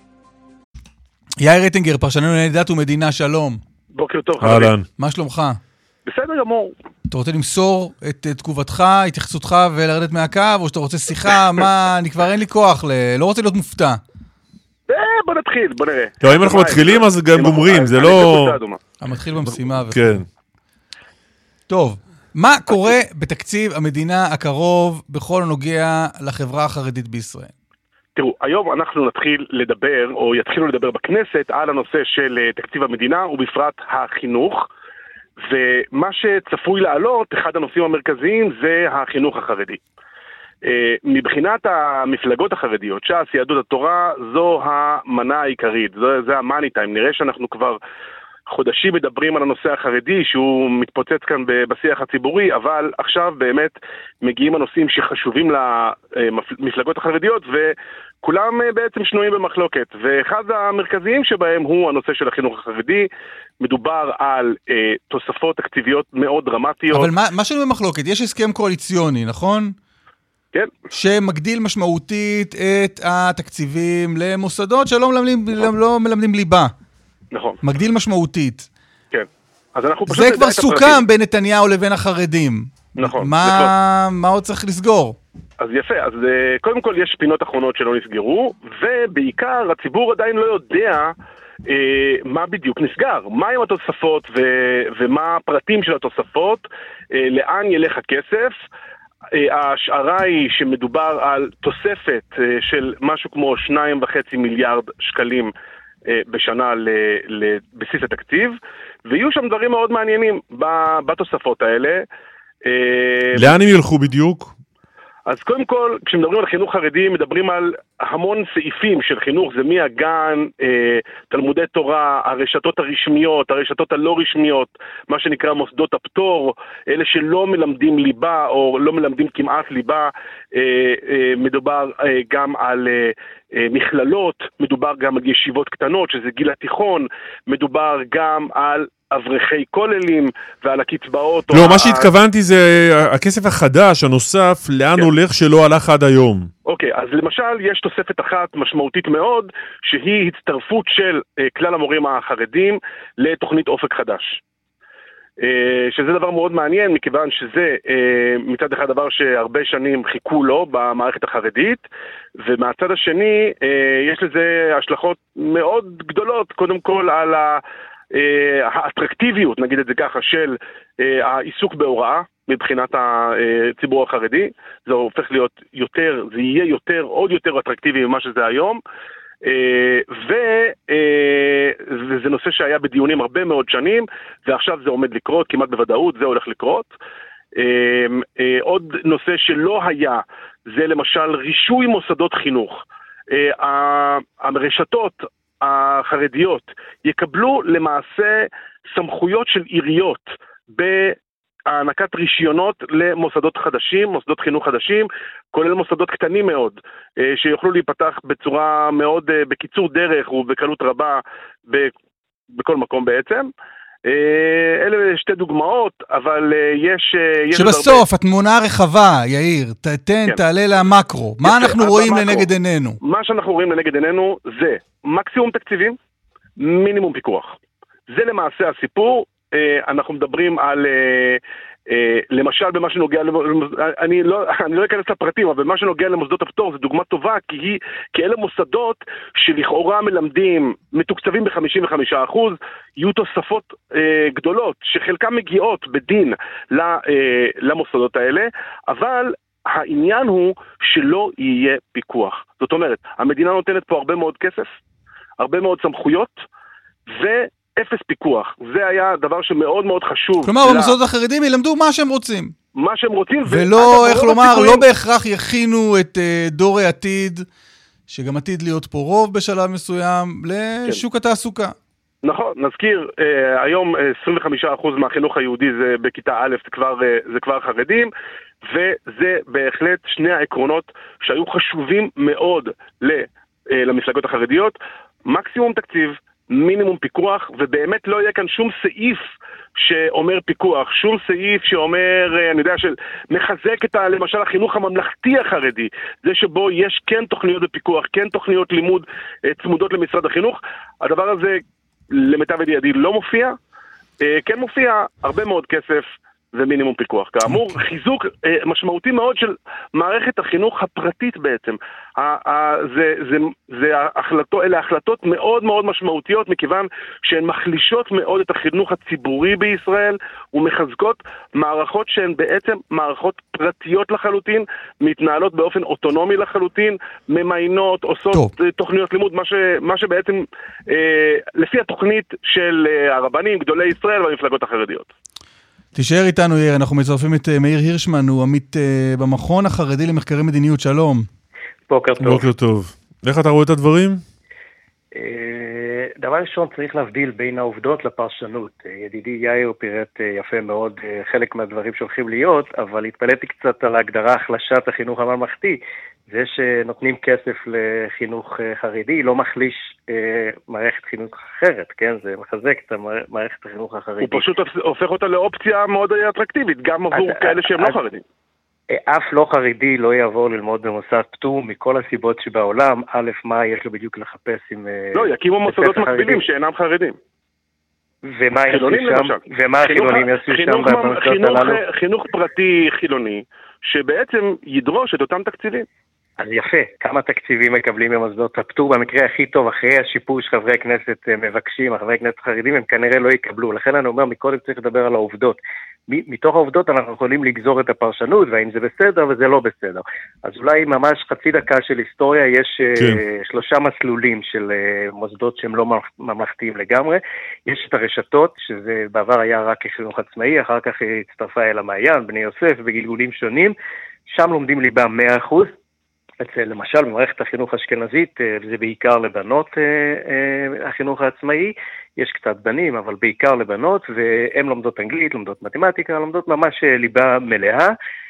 יאיר רטינגר, פרשננו לענייני דת ומדינה, שלום. בוקר טוב. אהלן. מה שלומך? בסדר גמור. אתה רוצה למסור את תגובתך, התייחסותך ולרדת מהקו, או שאתה רוצה שיחה? מה, אני כבר אין לי כוח, לא רוצה להיות מופתע. בוא נתחיל, בוא נראה. לא, אם אנחנו מתחילים אז גם גומרים, זה לא... המתחיל במשימה. כן. טוב, מה קורה בתקציב המדינה הקרוב בכל הנוגע לחברה החרדית בישראל? תראו, היום אנחנו נתחיל לדבר, או יתחילו לדבר בכנסת, על הנושא של תקציב המדינה, ובפרט החינוך, ומה שצפוי לעלות, אחד הנושאים המרכזיים, זה החינוך החרדי. מבחינת המפלגות החרדיות, ש"ס, יהדות התורה, זו המנה העיקרית, זה, זה המאני טיים. נראה שאנחנו כבר חודשים מדברים על הנושא החרדי, שהוא מתפוצץ כאן בשיח הציבורי, אבל עכשיו באמת מגיעים הנושאים שחשובים למפלגות החרדיות, וכולם בעצם שנויים במחלוקת. ואחד המרכזיים שבהם הוא הנושא של החינוך החרדי. מדובר על אה, תוספות תקציביות מאוד דרמטיות. אבל מה, מה שנוי במחלוקת? יש הסכם קואליציוני, נכון? כן. שמגדיל משמעותית את התקציבים למוסדות שלא מלמדים, לא מלמדים ליבה. נכון. מגדיל משמעותית. כן. אז אנחנו פשוט... זה כבר סוכם בין נתניהו לבין החרדים. נכון. מה, מה עוד צריך לסגור? אז יפה, אז קודם כל יש פינות אחרונות שלא נסגרו, ובעיקר הציבור עדיין לא יודע אה, מה בדיוק נסגר, מה עם התוספות ו- ומה הפרטים של התוספות, אה, לאן ילך הכסף. ההשערה היא שמדובר על תוספת של משהו כמו שניים וחצי מיליארד שקלים בשנה לבסיס התקציב, ויהיו שם דברים מאוד מעניינים בתוספות האלה. לאן הם ילכו בדיוק? אז קודם כל, כשמדברים על חינוך חרדי, מדברים על המון סעיפים של חינוך, זה מהגן, אה, תלמודי תורה, הרשתות הרשמיות, הרשתות הלא רשמיות, מה שנקרא מוסדות הפטור, אלה שלא מלמדים ליבה או לא מלמדים כמעט ליבה, אה, אה, מדובר אה, גם על אה, אה, מכללות, מדובר גם על ישיבות קטנות, שזה גיל התיכון, מדובר גם על אברכי כוללים ועל הקצבאות. לא, מה שהתכוונתי זה הכסף החדש, הנוסף, לאן הולך שלא הלך עד היום. אוקיי, אז למשל יש תוספת אחת משמעותית מאוד, שהיא הצטרפות של כלל המורים החרדים לתוכנית אופק חדש. שזה דבר מאוד מעניין, מכיוון שזה מצד אחד דבר שהרבה שנים חיכו לו במערכת החרדית, ומהצד השני יש לזה השלכות מאוד גדולות, קודם כל על ה... האטרקטיביות, נגיד את זה ככה, של העיסוק בהוראה מבחינת הציבור החרדי. זה הופך להיות יותר, זה יהיה יותר, עוד יותר אטרקטיבי ממה שזה היום, וזה נושא שהיה בדיונים הרבה מאוד שנים, ועכשיו זה עומד לקרות, כמעט בוודאות זה הולך לקרות. עוד נושא שלא היה, זה למשל רישוי מוסדות חינוך. הרשתות החרדיות יקבלו למעשה סמכויות של עיריות בהענקת רישיונות למוסדות חדשים, מוסדות חינוך חדשים, כולל מוסדות קטנים מאוד, שיוכלו להיפתח בצורה מאוד, בקיצור דרך ובקלות רבה בכל מקום בעצם. אלה שתי דוגמאות, אבל יש... שבסוף, התמונה הרחבה, יאיר, תתן, תעלה למקרו. מה אנחנו רואים לנגד עינינו? מה שאנחנו רואים לנגד עינינו זה מקסימום תקציבים, מינימום פיקוח. זה למעשה הסיפור. אנחנו מדברים על למשל במה שנוגע, אני לא, אני לא אכנס לפרטים, אבל במה שנוגע למוסדות הפטור, זו דוגמה טובה, כי היא, כי אלה מוסדות שלכאורה מלמדים, מתוקצבים ב-חמישים וחמישה אחוז, יהיו תוספות גדולות, שחלקם מגיעות בדין למוסדות האלה, אבל העניין הוא שלא יהיה פיקוח. זאת אומרת, המדינה נותנת פה הרבה מאוד כסף, הרבה מאוד סמכויות, ואפס פיקוח. זה היה דבר שמאוד מאוד חשוב. כלומר, לה... במוסדות החרדים ילמדו מה שהם רוצים. מה שהם רוצים. ולא, איך לומר, לא בהכרח יכינו את uh, דור העתיד, שגם עתיד להיות פה רוב בשלב מסוים, לשוק כן. התעסוקה. נכון, נזכיר, אה, היום עשרים וחמישה אחוז מהחינוך היהודי זה בכיתה א', זה כבר, אה, זה כבר חרדים, וזה בהחלט שני העקרונות שהיו חשובים מאוד למפלגות החרדיות, מקסימום תקציב, מינימום פיקוח, ובאמת לא יהיה כאן שום סעיף שאומר פיקוח, שום סעיף שאומר, אני יודע, שמחזק את ה, למשל החינוך הממלכתי החרדי, זה שבו יש כן תוכניות בפיקוח, כן תוכניות לימוד צמודות למשרד החינוך, הדבר הזה למיטב ידיעתי לא מופיע, כן מופיע הרבה מאוד כסף, ומינימום פיקוח. כאמור, חיזוק אה, משמעותי מאוד של מערכת החינוך הפרטית בעצם. ה- ה- זה, זה, זה ההחלטות, אלה החלטות מאוד מאוד משמעותיות, מכיוון שהן מחלישות מאוד את החינוך הציבורי בישראל, ומחזקות מערכות שהן בעצם מערכות פרטיות לחלוטין, מתנהלות באופן אוטונומי לחלוטין, ממיינות, עושות טוב. תוכניות לימוד, מה, ש, מה שבעצם, אה, לפי התוכנית של אה, הרבנים, גדולי ישראל והמפלגות החרדיות. תישאר איתנו, יאיר, אנחנו מצרפים את מאיר הירשמן, הוא עמית uh, במכון החרדי למחקרי מדיניות. שלום. בוקר טוב. בוקר טוב. איך אתה רואה את הדברים? Uh, דבר ראשון, צריך להבדיל בין העובדות לפרשנות. Uh, ידידי יאיר פירט uh, יפה מאוד uh, חלק מהדברים שהולכים להיות, אבל התפלאתי קצת על ההגדרה החלשת החינוך הממלכתי. זה שנותנים כסף לחינוך חרדי, לא מחליש אה, מערכת חינוך אחרת, כן? זה מחזק את מערכת החינוך החרדי. הוא פשוט הופך אותה לאופציה מאוד אטרקטיבית, גם עבור כאלה שהם לא חרדים. אף לא חרדי לא יעבור ללמוד במוסד פטור, מכל הסיבות שבעולם, א', מה יש לו בדיוק לחפש עם... לא, יקימו מוסדות מקבילים שאינם חרדים. ומה חילונים למשל. ומה החילונים יעשו שם במוסדות הללו? חינוך פרטי חילוני, שבעצם ידרוש את אותם תקציבים. אז יפה, כמה תקציבים מקבלים במוסדות הפטור, במקרה הכי טוב, אחרי השיפור שחברי כנסת מבקשים, חברי כנסת חרדים, הם כנראה לא יקבלו. לכן אני אומר, מקודם צריך לדבר על העובדות. מתוך העובדות אנחנו יכולים לגזור את הפרשנות, והאם זה בסדר וזה לא בסדר. אז אולי ממש חצי דקה של היסטוריה, יש כן. שלושה מסלולים של מוסדות שהם לא ממלכתיים לגמרי. יש את הרשתות, שזה בעבר היה רק חינוך עצמאי, אחר כך הצטרפה אל המעיין, בני יוסף, בגלגולים שונים. שם לומדים ליבה מאה אחוז. אצל, למשל, במערכת החינוך האשכנזית, זה בעיקר לבנות החינוך העצמאי, יש קצת בנים, אבל בעיקר לבנות, והן לומדות אנגלית, לומדות מתמטיקה, לומדות ממש ליבה מלאה,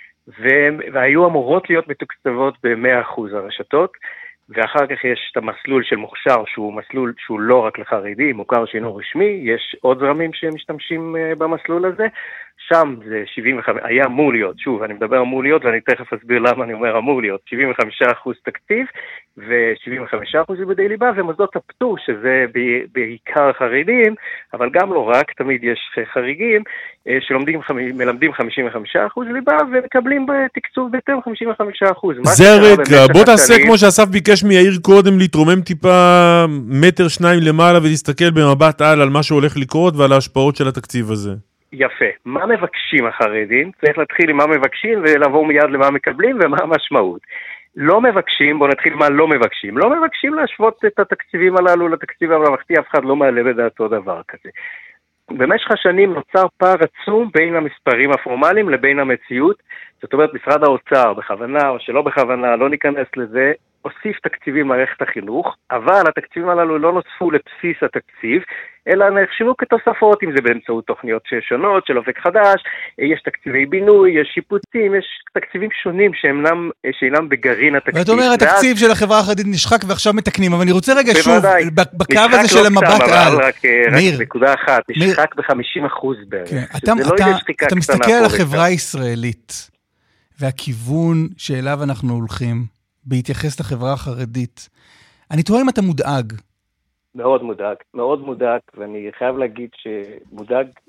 והיו אמורות להיות מתוקצבות ב-מאה אחוז הרשתות, ואחר כך יש את המסלול של מוכשר, שהוא מסלול שהוא לא רק לחרדי, מוכר שאינו רשמי, יש עוד זרמים שמשתמשים במסלול הזה, שם זה שבעים וחמש, היה אמור להיות, שוב, אני מדבר אמור להיות, ואני תכף אסביר למה אני אומר אמור להיות, שבעים וחמישה אחוז תקציב, ו-שבעים וחמישה אחוז לימודי ליבה, ומוסדות הפטור, שזה בעיקר חרדים, אבל גם לא רק, תמיד יש חריגים, שלומדים, מלמדים חמישים וחמישה אחוז ליבה, ומקבלים תקצוב בהתאם חמישים וחמישה אחוז. זה הרקע, בוא תעשה כמו שאסף ביקש מיאיר קודם, להתרומם טיפה מטר שניים למעלה, ולהסתכל במבט על על מה שהולך לקרות, ועל ההשפעות של התקציב הזה. יפה. מה מבקשים החרדים? צריך להתחיל עם מה מבקשים, ולעבור מיד למה מקבלים, ומה המשמעות. לא מבקשים, בוא נתחיל מה לא מבקשים. לא מבקשים להשוות את התקציבים הללו לתקציב הממלכתי, אף אחד לא מעלה בדעתו דבר כזה. במשך השנים נוצר פער עצום בין המספרים הפורמליים לבין המציאות. זאת אומרת, משרד האוצר, בכוונה או שלא בכוונה, לא ניכנס לזה, הוסיף תקציבים מערכת החינוך, אבל התקציבים הללו לא נוספו לבסיס התקציב, אלא נחשבו כתוספות, אם זה באמצעות תוכניות שונות של אופק חדש, יש תקציבי בינוי, יש שיפוצים, יש תקציבים שונים שאינם, שאינם בגרעין התקציב. ואת אומר, התקציב של החברה החרדית נשחק ועכשיו מתקנים, אבל אני רוצה רגע שוב, בקו הזה של המבט על. רק נקודה אחת, נשחק ב-חמישים אחוז בערך. אתה מסתכל על החברה הישראלית, והכיוון שאליו אנחנו הולכים, בהתייחס לחברה החרדית. אני תוהה אם אתה מודאג. מאוד מודאג, מאוד מודאג, ואני חייב להגיד שמודאג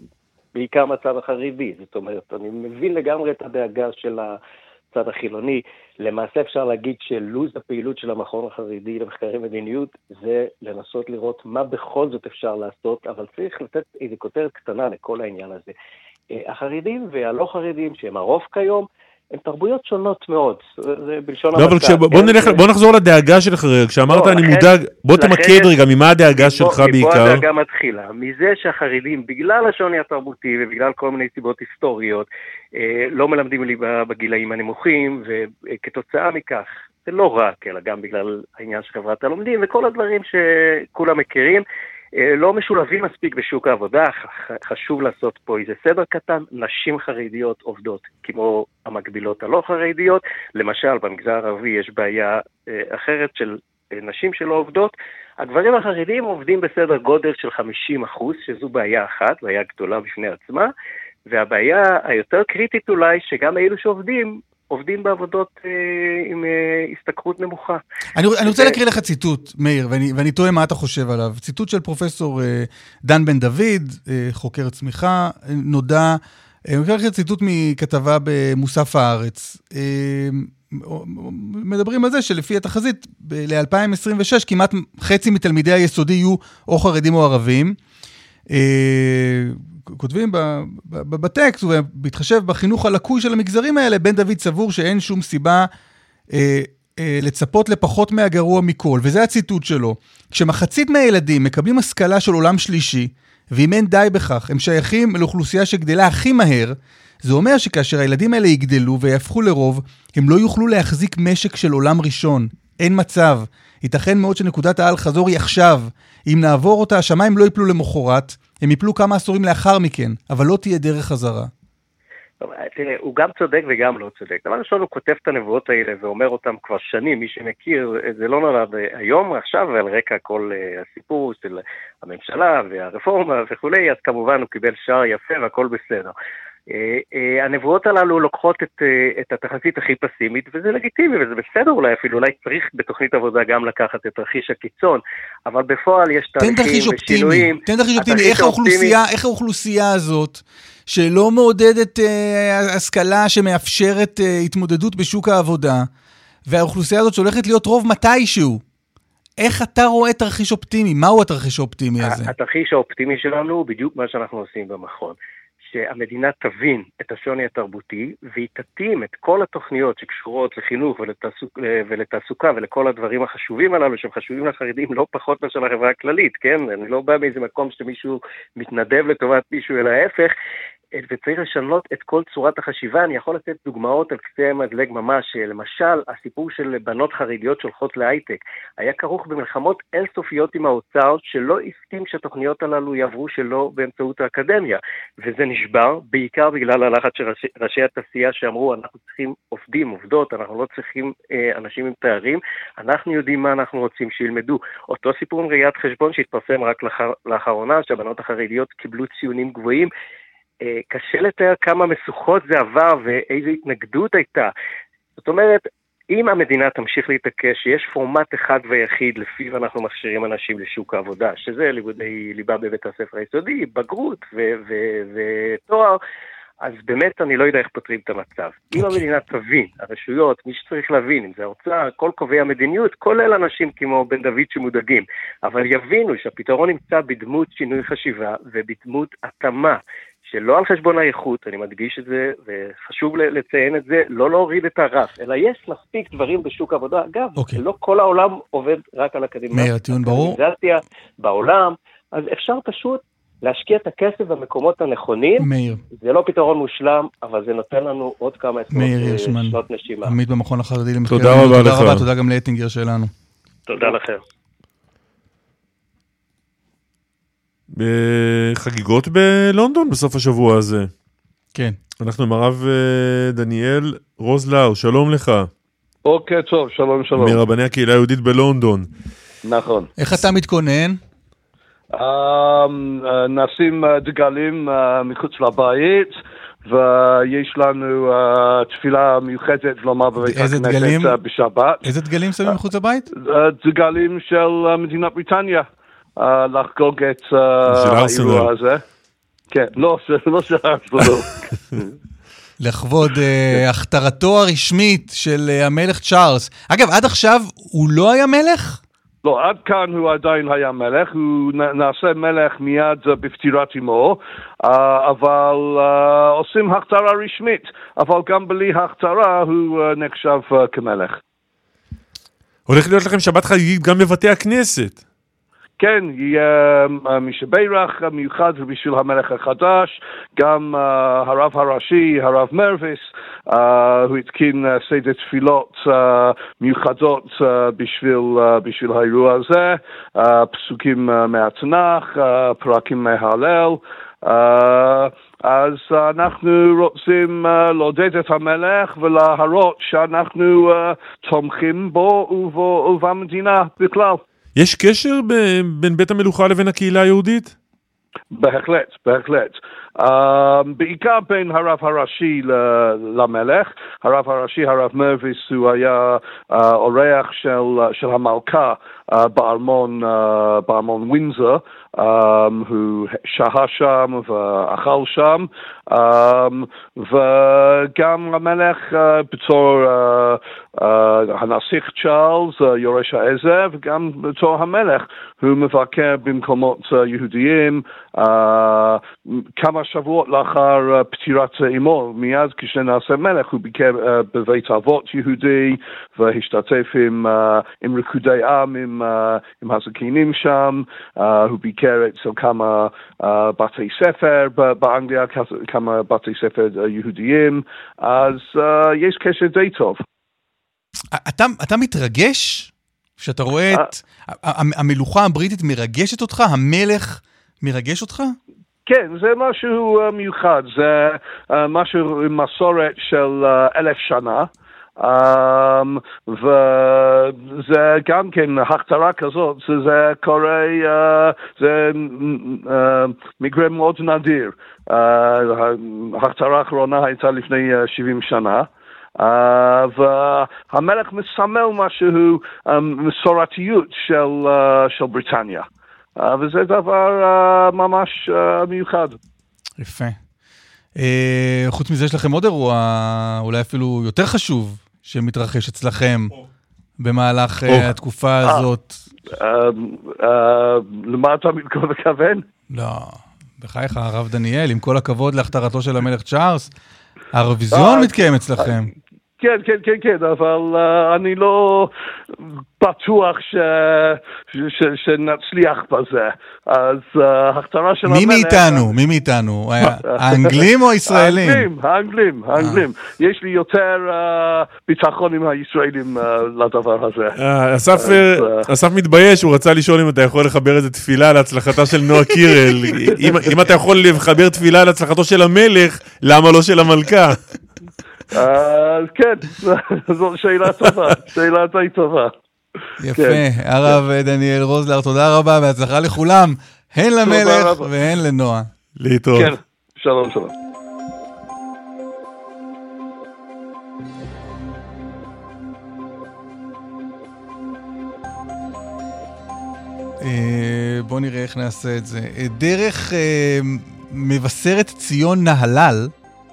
בעיקר מהצד החרדי. זאת אומרת, אני מבין לגמרי את הדאגה של הצד החילוני. למעשה אפשר להגיד שלוז הפעילות של המכון החרדי למחקרי מדיניות זה לנסות לראות מה בכל זאת אפשר לעשות, אבל צריך לתת איזו כותרת קטנה לכל העניין הזה. החרדים והלא חרדים, שהם הרוב כיום, הן תרבויות שונות מאוד, זה בלשון המעטה. לא, אבל כש... בוא, נלך, בוא נחזור לדאגה שלך רגע, כשאמרת לא, אני לכן, מודאג, בוא לכן, תמקד רגע, ממה הדאגה מפה, שלך מפה בעיקר? מפה הדאגה מתחילה, מזה שהחרדים, בגלל השוני התרבותי ובגלל כל מיני סיבות היסטוריות, אה, לא מלמדים לי בגילאים הנמוכים, וכתוצאה מכך, זה לא רק, אלא גם בגלל העניין של חברת הלומדים, וכל הדברים שכולם מכירים, לא משולבים מספיק בשוק העבודה, חשוב לעשות פה איזה סדר קטן, נשים חרדיות עובדות כמו המקבילות הלא חרדיות, למשל במגזר הערבי יש בעיה אחרת של נשים שלא עובדות, הגברים החרדים עובדים בסדר גודל של חמישים אחוז, שזו בעיה אחת, בעיה גדולה בפני עצמה, והבעיה היותר קריטית אולי שגם אלו שעובדים, עובדים בעבודות אה, עם אה, הסתכרות נמוכה. אני, אני רוצה להקריא לך ציטוט, מאיר, ואני, ואני תוהה מה אתה חושב עליו. ציטוט של פרופסור אה, דן בן דוד, אה, חוקר צמיחה, נודע, אה, אני רוצה להקריא ציטוט מכתבה במוסף הארץ. אה, מדברים על זה שלפי התחזית, ל-אלפיים עשרים ושש, כמעט חצי מתלמידי היסודי יהיו או חרדים או ערבים. אה, כותבים בטקסט, ובהתחשב בחינוך הלקוי של המגזרים האלה, בן דוד סבור שאין שום סיבה אה, אה, לצפות לפחות מהגרוע מכל, וזה הציטוט שלו. כשמחצית מהילדים מקבלים השכלה של עולם שלישי, ואם אין די בכך, הם שייכים לאוכלוסייה שגדלה הכי מהר, זה אומר שכאשר הילדים האלה יגדלו ויהפכו לרוב, הם לא יוכלו להחזיק משק של עולם ראשון. אין מצב. ייתכן מאוד שנקודת העל חזור היא עכשיו. אם נעבור אותה, השמיים לא יפלו למחרת, הם יפלו כמה עשורים לאחר מכן, אבל לא תהיה דרך חזרה. תראה, הוא גם צודק וגם לא צודק. דבר ראשון, הוא כותב את הנבואות האלה ואומר אותם כבר שנים, מי שמכיר, זה לא נולד היום, עכשיו, על רקע כל הסיפור של הממשלה והרפורמה וכו', אז כמובן הוא קיבל שער יפה והכל בסדר. הנבואות הללו לוקחות את, את התחזית הכי פסימית, וזה לגיטימי, וזה בסדר אולי אפילו, אולי צריך בתוכנית עבודה גם לקחת את תרחיש הקיצון, אבל בפועל יש תהליכים ושינויים. תן תרחיש אופטימי, איך האוכלוסייה, איך האוכלוסייה הזאת, שלא מעודדת אה, השכלה שמאפשרת אה, התמודדות בשוק העבודה, והאוכלוסייה הזאת שהולכת להיות רוב מתישהו, איך אתה רואה תרחיש אופטימי? מהו התרחיש האופטימי הזה? התרחיש האופטימי שלנו הוא בדיוק מה שאנחנו עושים במכון. שהמדינה תבין את השוני התרבותי, והיא תתאים את כל התוכניות שקשורות לחינוך ולתעסוק, ולתעסוקה ולכל הדברים החשובים הללו, שהם חשובים לחרדים לא פחות מאשר לחברה הכללית, כן? אני לא בא מאיזה מקום שמישהו מתנדב לטובת מישהו, אלא ההפך, וצריך לשנות את כל צורת החשיבה. אני יכול לתת דוגמאות על קצה המזלג ממש, למשל, הסיפור של בנות חרדיות שהולכות להייטק, היה כרוך במלחמות אינסופיות עם האוצר, שלא הסכים שהתוכניות הללו יעברו שלא באמצעות האקדמיה, וזה נשבר, בעיקר בגלל הלחץ של ראשי, ראשי התעשייה שאמרו, אנחנו צריכים עובדים, עובדות, אנחנו לא צריכים אה, אנשים עם תארים, אנחנו יודעים מה אנחנו רוצים שילמדו. אותו סיפור עם ראיית חשבון שהתפרסם רק לאחר, לאחרונה, שהבנות החרדיות קיבלו ציונים גבוהים, קשה לתאר כמה משוכות זה עבר ואיזו התנגדות הייתה. זאת אומרת, אם המדינה תמשיך להתעקש שיש פורמט אחד ויחיד לפיו אנחנו מכשירים אנשים לשוק העבודה, שזה לימודי ליבה בבית הספר היסודי, בגרות ותואר, אז באמת אני לא יודע איך פותרים את המצב. Okay. אם המדינה תבין, הרשויות, מי שצריך להבין, אם זה האוצר, כל קובעי המדיניות, כולל אנשים כמו בן דוד שמודאגים, אבל יבינו שהפתרון נמצא בדמות שינוי חשיבה ובדמות התאמה, שלא על חשבון האיכות, אני מדגיש את זה, וחשוב לציין את זה, לא להוריד את הרף, אלא יש מספיק דברים בשוק העבודה. אגב, okay. לא כל העולם עובד רק על אקדמיה. מאיר, הטיעון ברור. בעולם, אז אפשר פשוט להשקיע את הכסף במקומות הנכונים. מאיר. זה לא פתרון מושלם, אבל זה נותן לנו עוד כמה שנות נשימה. עמית במכון החרדי למחקר. תודה רבה לך. תודה רבה, תודה גם לאטינגר שלנו. תודה לכם. בחגיגות בלונדון בסוף השבוע הזה. כן. אנחנו עם הרב דניאל רוזלאו, שלום לך. אוקיי, טוב, שלום, שלום. מרבני הקהילה היהודית בלונדון. נכון. איך אתה מתכונן? נשים דגלים מחוץ לבית, ויש לנו תפילה מיוחדת לומר בבית הכנסת בשבת. איזה דגלים שמים מחוץ לבית? דגלים של מדינת בריטניה. לחגוג את האירוע הזה. כן, לא, לא שרץ, לא. לכבוד הכתרתו הרשמית של המלך צ'ארלס. אגב, עד עכשיו הוא לא היה מלך? לא, עד כאן הוא עדיין היה מלך, הוא נעשה מלך מיד בפטירת אמו, אבל עושים הכתרה רשמית, אבל גם בלי הכתרה הוא נחשב כמלך. הולך להיות לכם שבת חגיגית גם בבתי הכנסת. כן, יהיה משבח מיוחד בשביל המלך החדש, גם הרב הראשי, הרב מרוויס, הוא התקין סדר תפילות מיוחדות בשביל האירוע הזה, פסוקים מהתנ"ך, פרקים מההלל, אז אנחנו רוצים לעודד את המלך ולהראות שאנחנו תומכים בו ובמדינה בכלל. יש קשר בין בית המלוכה לבין הקהילה היהודית? בהחלט, בהחלט. Uh, בעיקר בין הרב הראשי למלך. הרב הראשי, הרב מרוויס, הוא היה uh, אורח של, של המלכה uh, בארמון, uh, בארמון ווינזר. Um, הוא שהה שם ואכל שם, um, וגם המלך uh, בתור uh, uh, הנסיך צ'ארלס, uh, יורש העזר, וגם בתור המלך הוא מבקר במקומות uh, יהודיים uh, כמה שבועות לאחר uh, פטירת אמו. מיד כשנעשה מלך הוא ביקר uh, בבית אבות יהודי והשתתף עם, uh, עם ריקודי עם, עם, uh, עם הזקנים שם, uh, הוא ביקר אצל כמה uh, בתי ספר באנגליה, כמה בתי ספר uh, יהודיים, אז uh, יש קשר די טוב. אתה, אתה מתרגש? שאתה רואה את... המלוכה הבריטית מרגשת אותך? המלך מרגש אותך? כן, זה משהו uh, מיוחד, זה uh, משהו עם מסורת של uh, אלף שנה. Um, וזה גם כן הכתרה כזאת, זה קורה, uh, זה uh, מקרה מאוד נדיר. Uh, ההכתרה האחרונה הייתה לפני uh, שבעים שנה. Uh, והמלך מסמל משהו um, מסורתיות של, uh, של בריטניה. Uh, וזה דבר uh, ממש uh, מיוחד. יפה. Uh, חוץ מזה יש לכם עוד אירוע, אולי אפילו יותר חשוב, שמתרחש אצלכם במהלך התקופה הזאת. למה אתה מתכוון? לא, בחייך הרב דניאל, עם כל הכבוד להכתרתו של המלך צ'ארלס, האירוויזיון מתקיים אצלכם. כן, כן, כן, כן, אבל uh, אני לא בטוח ש... ש... ש... שנצליח בזה. אז uh, הכתרה של מי המלך... מי מאיתנו? מי מאיתנו? האנגלים או הישראלים? האנגלים, האנגלים, האנגלים. יש לי יותר uh, ביטחון עם הישראלים uh, לדבר הזה. אסף, אסף מתבייש, הוא רצה לשאול אם אתה יכול לחבר איזה תפילה להצלחתה של נועה קירל. אם, אם אתה יכול לחבר תפילה להצלחתו של המלך, למה לא של המלכה? כן, זו שאלה טובה, שאלה די טובה. יפה, הרב דניאל רוזלר, תודה רבה, בהצלחה לכולם, הן למלך והן לנועה. להתראות. כן, שלום שלום. בוא נראה איך נעשה את זה. דרך מבשרת ציון נהלל,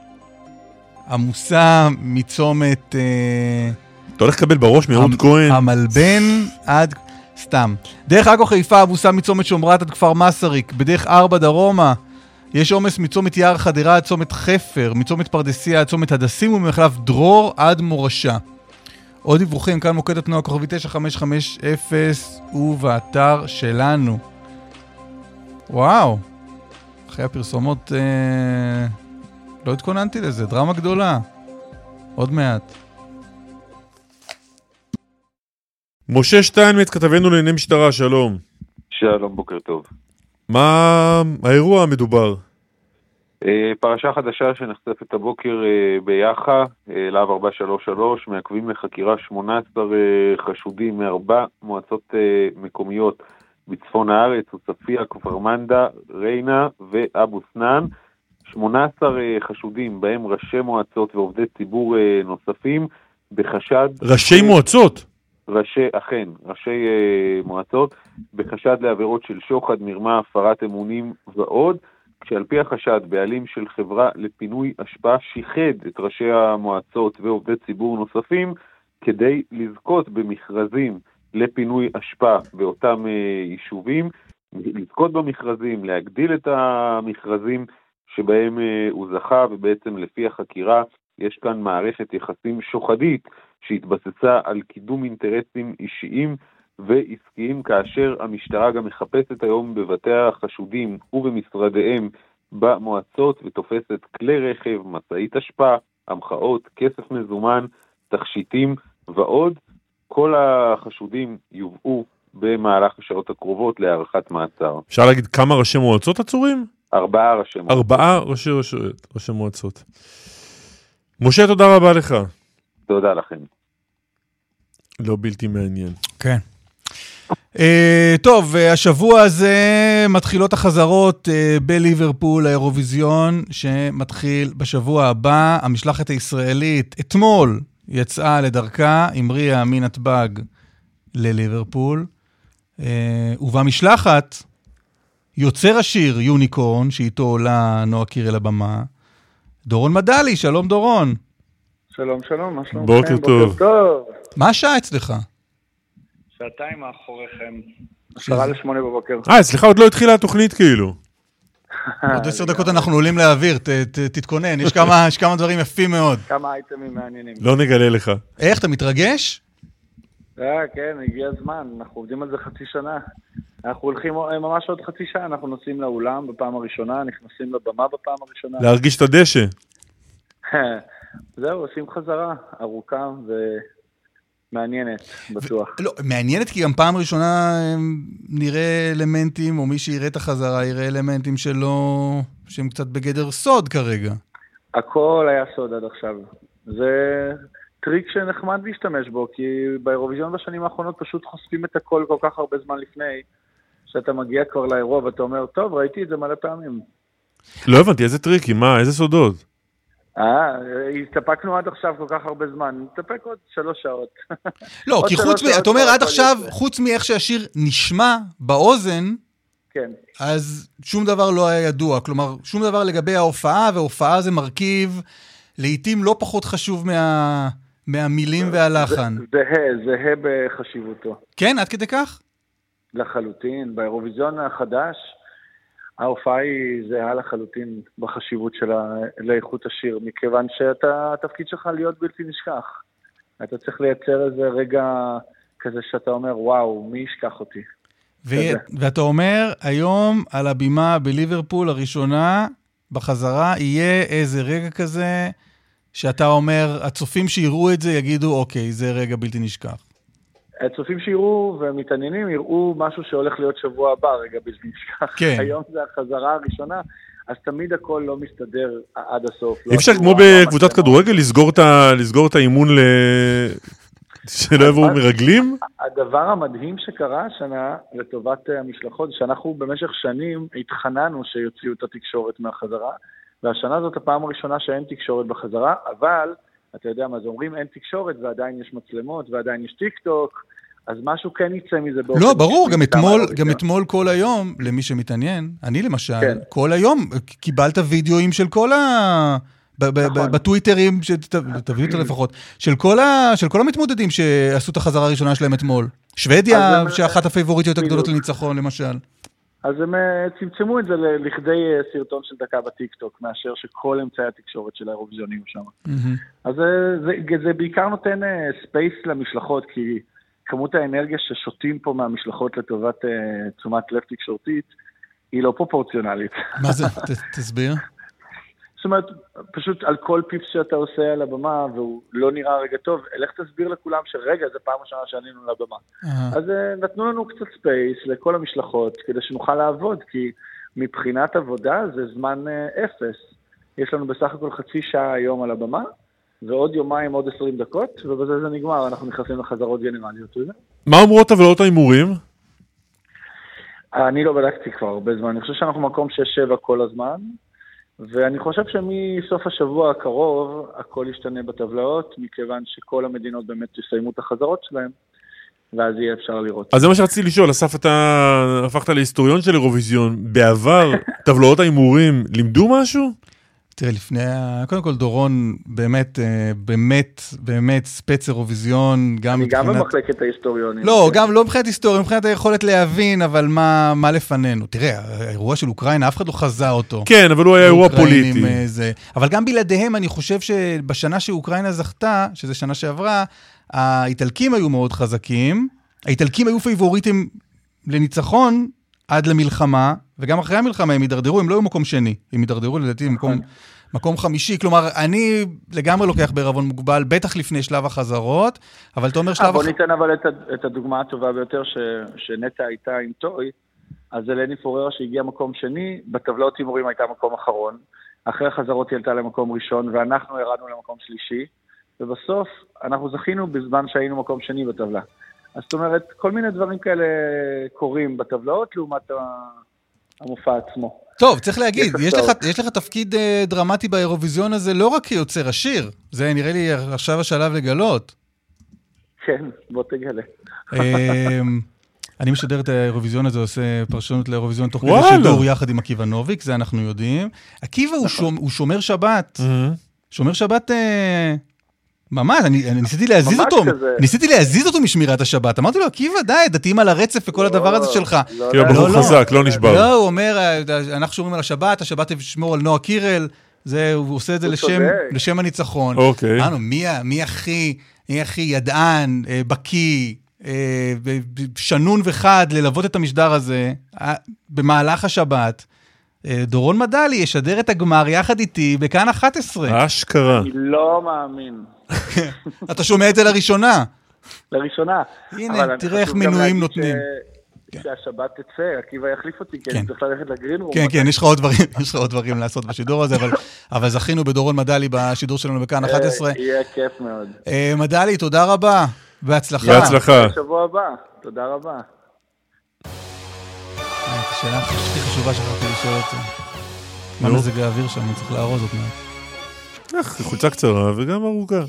עמוסה מצומת... אתה הולך לקבל בראש מאהוד כהן. המלבן עד... סתם. דרך עכו חיפה עמוסה מצומת שומרת עד כפר מסריק. בדרך ארבע דרומה יש עומס מצומת יער חדרה עד צומת חפר, מצומת פרדסיה עד צומת הדסים וממחלף דרור עד מורשה. עוד דיווחים, כאן מוקד התנועה כוכבי תשע חמש חמש אפס ובאתר שלנו. וואו. אחרי הפרסומות... אה... לא התכוננתי לזה, דרמה גדולה. עוד מעט. משה שטיינמץ, כתבנו לענייני משטרה, שלום. שלום, בוקר טוב. מה האירוע המדובר? פרשה חדשה שנחשפת הבוקר ביח"א, להב ארבע שלוש שלוש, מעכבים לחקירה שמונה עשר חשודים מארבע מועצות מקומיות בצפון הארץ, עוספיא, כפר מנדא, ריינה ואבו סנאן. שמונה עשר חשודים, בהם ראשי מועצות ועובדי ציבור נוספים, בחשד... ראשי מועצות? ראשי, אכן, ראשי מועצות, בחשד לעבירות של שוחד, מרמה, הפרת אמונים ועוד. כשעל פי החשד בעלים של חברה לפינוי אשפה שיחד את ראשי המועצות ועובדי ציבור נוספים כדי לזכות במכרזים לפינוי אשפה באותם יישובים, לזכות במכרזים, להגדיל את המכרזים שבהם הוא זכה, ובעצם לפי החקירה יש כאן מערכת יחסים שוחדית שהתבססה על קידום אינטרסים אישיים ועסקיים, כאשר המשטרה גם מחפשת היום בבתי החשודים ובמשרדיהם במועצות ותופסת כלי רכב, משאית אשפה, המחאות, כסף מזומן, תכשיטים ועוד. כל החשודים יובאו במהלך השעות הקרובות להארכת מעצר. אפשר להגיד כמה ראשי מועצות עצורים? ארבעה ראשי מועצות. ארבעה ראשי, ראשי, ראשי מועצות. משה, תודה רבה לך. תודה לכם. לא בלתי מעניין. כן. Uh, טוב, השבוע הזה מתחילות החזרות uh, בליברפול, האירוויזיון, שמתחיל בשבוע הבא. המשלחת הישראלית אתמול יצאה לדרכה עם ריה מנתב"ג לליברפול, uh, ובמשלחת יוצר השיר יוניקורן, שאיתו עולה נועה קירל לבמה, דורון מדלי. שלום דורון. שלום שלום, מה שלומכם? בוקר טוב. בוקר טוב. מה השעה אצלך? שעתיים מאחוריכם, עשרה לשמונה בבוקר. אה, סליחה, עוד לא התחילה התוכנית כאילו. עוד עשר דקות אנחנו עולים להעביר, תתכונן, יש כמה דברים יפים מאוד. כמה אייטמים מעניינים. לא נגלה לך. איך, אתה מתרגש? אה, כן, הגיע הזמן, אנחנו עובדים על זה חצי שנה. אנחנו הולכים ממש עוד חצי שעה, אנחנו נוסעים לאולם בפעם הראשונה, נכנסים לבמה בפעם הראשונה. להרגיש את הדשא. זהו, עושים חזרה ארוכה ומעניינת, בטוח. לא, מעניינת כי גם פעם ראשונה נראה אלמנטים, או מי שיראה את החזרה יראה אלמנטים שלא, שהם קצת בגדר סוד כרגע. הכל היה סוד עד עכשיו. זה טריק שנחמד להשתמש בו, כי באירוויזיון בשנים האחרונות פשוט חושפים את הכל כל כך הרבה זמן לפני, שאתה מגיע כבר לאירוע ואתה אומר, טוב, ראיתי את זה מלא פעמים. לא הבנתי, איזה טריקים, מה, איזה סודות? אה, הסתפקנו עד עכשיו כל כך הרבה זמן, נסתפק עוד שלוש שעות. לא, כי חוץ מ... אתה אומר עד עכשיו, חוץ מאיך שהשיר נשמע באוזן, כן. אז שום דבר לא היה ידוע, כלומר, שום דבר לגבי ההופעה, וההופעה זה מרכיב לעתים לא פחות חשוב מה... מהמילים והלחן. זהה, זהה בחשיבותו. כן, עד כדי כך? לחלוטין, באירוויזיון החדש, ההופעה היא זהה לחלוטין בחשיבות שלה לאיכות השיר, מכיוון שאתה, התפקיד שלך להיות בלתי נשכח. אתה צריך לייצר איזה רגע כזה שאתה אומר, וואו, מי ישכח אותי? ו- ואתה אומר, היום על הבימה בליברפול הראשונה, בחזרה, יהיה איזה רגע כזה, שאתה אומר, הצופים שיראו את זה יגידו, אוקיי, זה רגע בלתי נשכח. הצופים שיראו ומתעניינים יראו משהו שהולך להיות שבוע הבא, רגע בלתי נשכח. כן. היום זה החזרה הראשונה, אז תמיד הכל לא מסתדר עד הסוף. אי אפשר כמו בקבוצת כדורגל לסגור את האימון שלא יבואו מרגלים? הדבר המדהים שקרה השנה לטובת המשלחות, שאנחנו במשך שנים התחננו שיוציאו את התקשורת מהחזרה, והשנה זאת הפעם הראשונה שאין תקשורת בחזרה, אבל אתה יודע מה, זה אומרים אין תקשורת ועדיין יש מצלמות ועדיין יש טיק טוק, אז משהו כן יצא מזה באופן... לא, ברור, גם אתמול, גם אתמול כל היום, למי שמתעניין, אני למשל, כן. כל היום קיבלת וידאוים של כל ה... נכון. בטוויטרים, תביאו אותו לפחות, של כל, ה... של כל המתמודדים שעשו את החזרה הראשונה שלהם אתמול. שוודיה, שאחת הפייבוריטיות הגדולות לניצחון, למשל. אז הם צמצמו את זה לכדי סרטון של דקה בטיק-טוק, מאשר שכל אמצעי התקשורת של האירוויזיונים שם. אז זה, זה, זה בעיקר נותן ספייס למשלחות, כי כמות האנרגיה ששותים פה מהמשלחות לטובת תשומת לב תקשורתית, היא לא פרופורציונלית. מה זה? ת, תסביר. זאת אומרת, פשוט על כל פיפס שאתה עושה על הבמה, והוא לא נראה רגע טוב, אלך תסביר לכולם שרגע, זה פעם ראשונה שעלינו לבמה. אז נתנו לנו קצת ספייס לכל המשלחות, כדי שנוכל לעבוד, כי מבחינת עבודה זה זמן אפס. יש לנו בסך הכל חצי שעה היום על הבמה, ועוד יומיים, עוד עשרים דקות, ובזה זה נגמר, אנחנו נכנסים לחזרות גנרליות. מה אומרות הבלות האימורים? אני לא בדקתי כבר הרבה זמן, אני חושב שאנחנו מקום שש שבע כל הזמן, ואני חושב שמסוף השבוע הקרוב הכל ישתנה בטבלאות, מכיוון שכל המדינות באמת יסיימו את החזרות שלהם, ואז יהיה אפשר לראות. אז זה מה שרציתי לשאול, אסף, אתה הפכת להיסטוריון של אירוויזיון, בעבר טבלאות ההימורים לימדו משהו? תראה, לפני, קודם כל דורון באמת, באמת, באמת ספץ אירוויזיון, גם אני גם במחלקת ההיסטוריונים. לא, גם לא מבחינת היסטוריה, מבחינת היכולת להבין, אבל מה, מה לפנינו. תראה, האירוע של אוקראינה, אף אחד לא חזה אותו. כן, אבל הוא היה אירוע פוליטי. אבל גם בלעדיהם, אני חושב שבשנה שאוקראינה זכתה, שזה שנה שעברה, האיטלקים היו מאוד חזקים, האיטלקים היו פייבוריטים לניצחון עד למלחמה, וגם אחרי המלחמה הם ידרדרו, הם לא היו מקום שני, הם ידרדרו לדעתי מקום, מקום חמישי, כלומר, אני לגמרי לוקח בערבון מוגבל, בטח לפני שלב החזרות, אבל אתה אומר שלב... בוא ניתן אבל את הדוגמה הטובה ביותר שנטע הייתה עם טוי, אז אלני פורר שהגיע מקום שני, בטבלאות הימורים הייתה מקום אחרון, אחרי החזרות היא עלתה למקום ראשון, ואנחנו ירדנו למקום שלישי, ובסוף אנחנו זכינו בזמן שהיינו מקום שני בטבלה. אז זאת אומרת, כל מיני דברים כאלה קורים בטבלאות, לעומת המופע עצמו. טוב, צריך להגיד, יש לך, יש לך תפקיד דרמטי באירוויזיון הזה, לא רק כיוצר השיר, זה נראה לי עכשיו השלב לגלות. כן, בוא תגלה. אני משדר את האירוויזיון הזה, עושה פרשנות לאירוויזיון תוך כדי שידור יחד עם עקיבא נוביק, זה אנחנו יודעים. עקיבא הוא שומר שבת, שומר שבת... ממש, אני, אני ניסיתי להזיז אותו, כזה. ניסיתי להזיז אותו משמירת השבת. אמרתי לו, עקיבא, די, דתיים על הרצף וכל לא, הדבר הזה שלך. לא, כי הוא בחור חזק, לא נשבר. לא, הוא אומר, אנחנו שומרים על השבת, השבת ישמור על נועה קירל, זה, הוא עושה את זה לשם, לשם הניצחון. אוקיי. אמרנו, מי, מי הכי, מי הכי ידען, בקי, שנון וחד, ללוות את המשדר הזה, במהלך השבת. דורון מדלי ישדר את הגמר יחד איתי בכאן אחת עשרה. אשכרה. אני לא מאמין. אתה שומע את זה לראשונה. לראשונה. הנה, תראה איך מינויים נותנים. כשהשבת תצא, עקיבא יחליף אותי, כי אני צריך ללכת לגרין רום. כן, כן, יש לך עוד דברים, יש לך עוד דברים לעשות בשידור הזה, אבל זכינו בדורון מדלי בשידור שלנו בכאן אחת עשרה. יהיה כיף מאוד. מדלי, תודה רבה. בהצלחה. בהצלחה. בשבוע הבא. תודה רבה. השאלה הכי חשובה שחרתי לשאול אותה. מה מזג האוויר שם? אני צריך להרוז עוד מעט. איך, חולצה קצרה וגם ארוכה.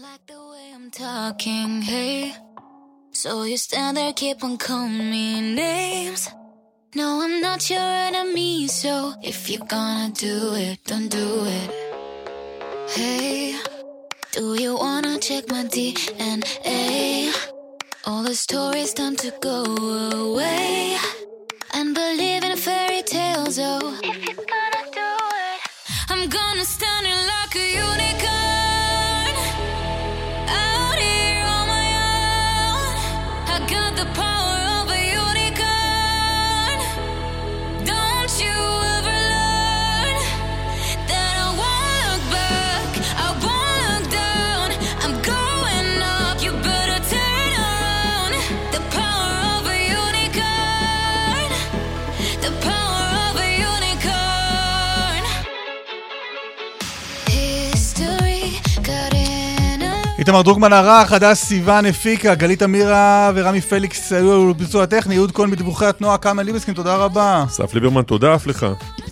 So you stand there, keep on calling me names. No, I'm not your enemy, so if you're gonna do it, don't do it. Hey, do you wanna check my D N A? All the stories time to go away and believe in fairy tales, oh. If you're gonna do it, I'm gonna stand in like a unicorn out here on my own. I got the power of a unicorn. Don't you ever learn that I won't look back, I won't look down. I'm going up, you better turn around. The power of a unicorn, the power of a unicorn. History got in a... איתמר דרוקמן ערך, הדס סיוון הפיקה, גלית אמירה ורמי פליקס היו בביצוע הטכני, יהוד כהן בדיווחי התנועה, קלמן ליבסקינד, תודה רבה. אסף ליברמן, תודה אף לך.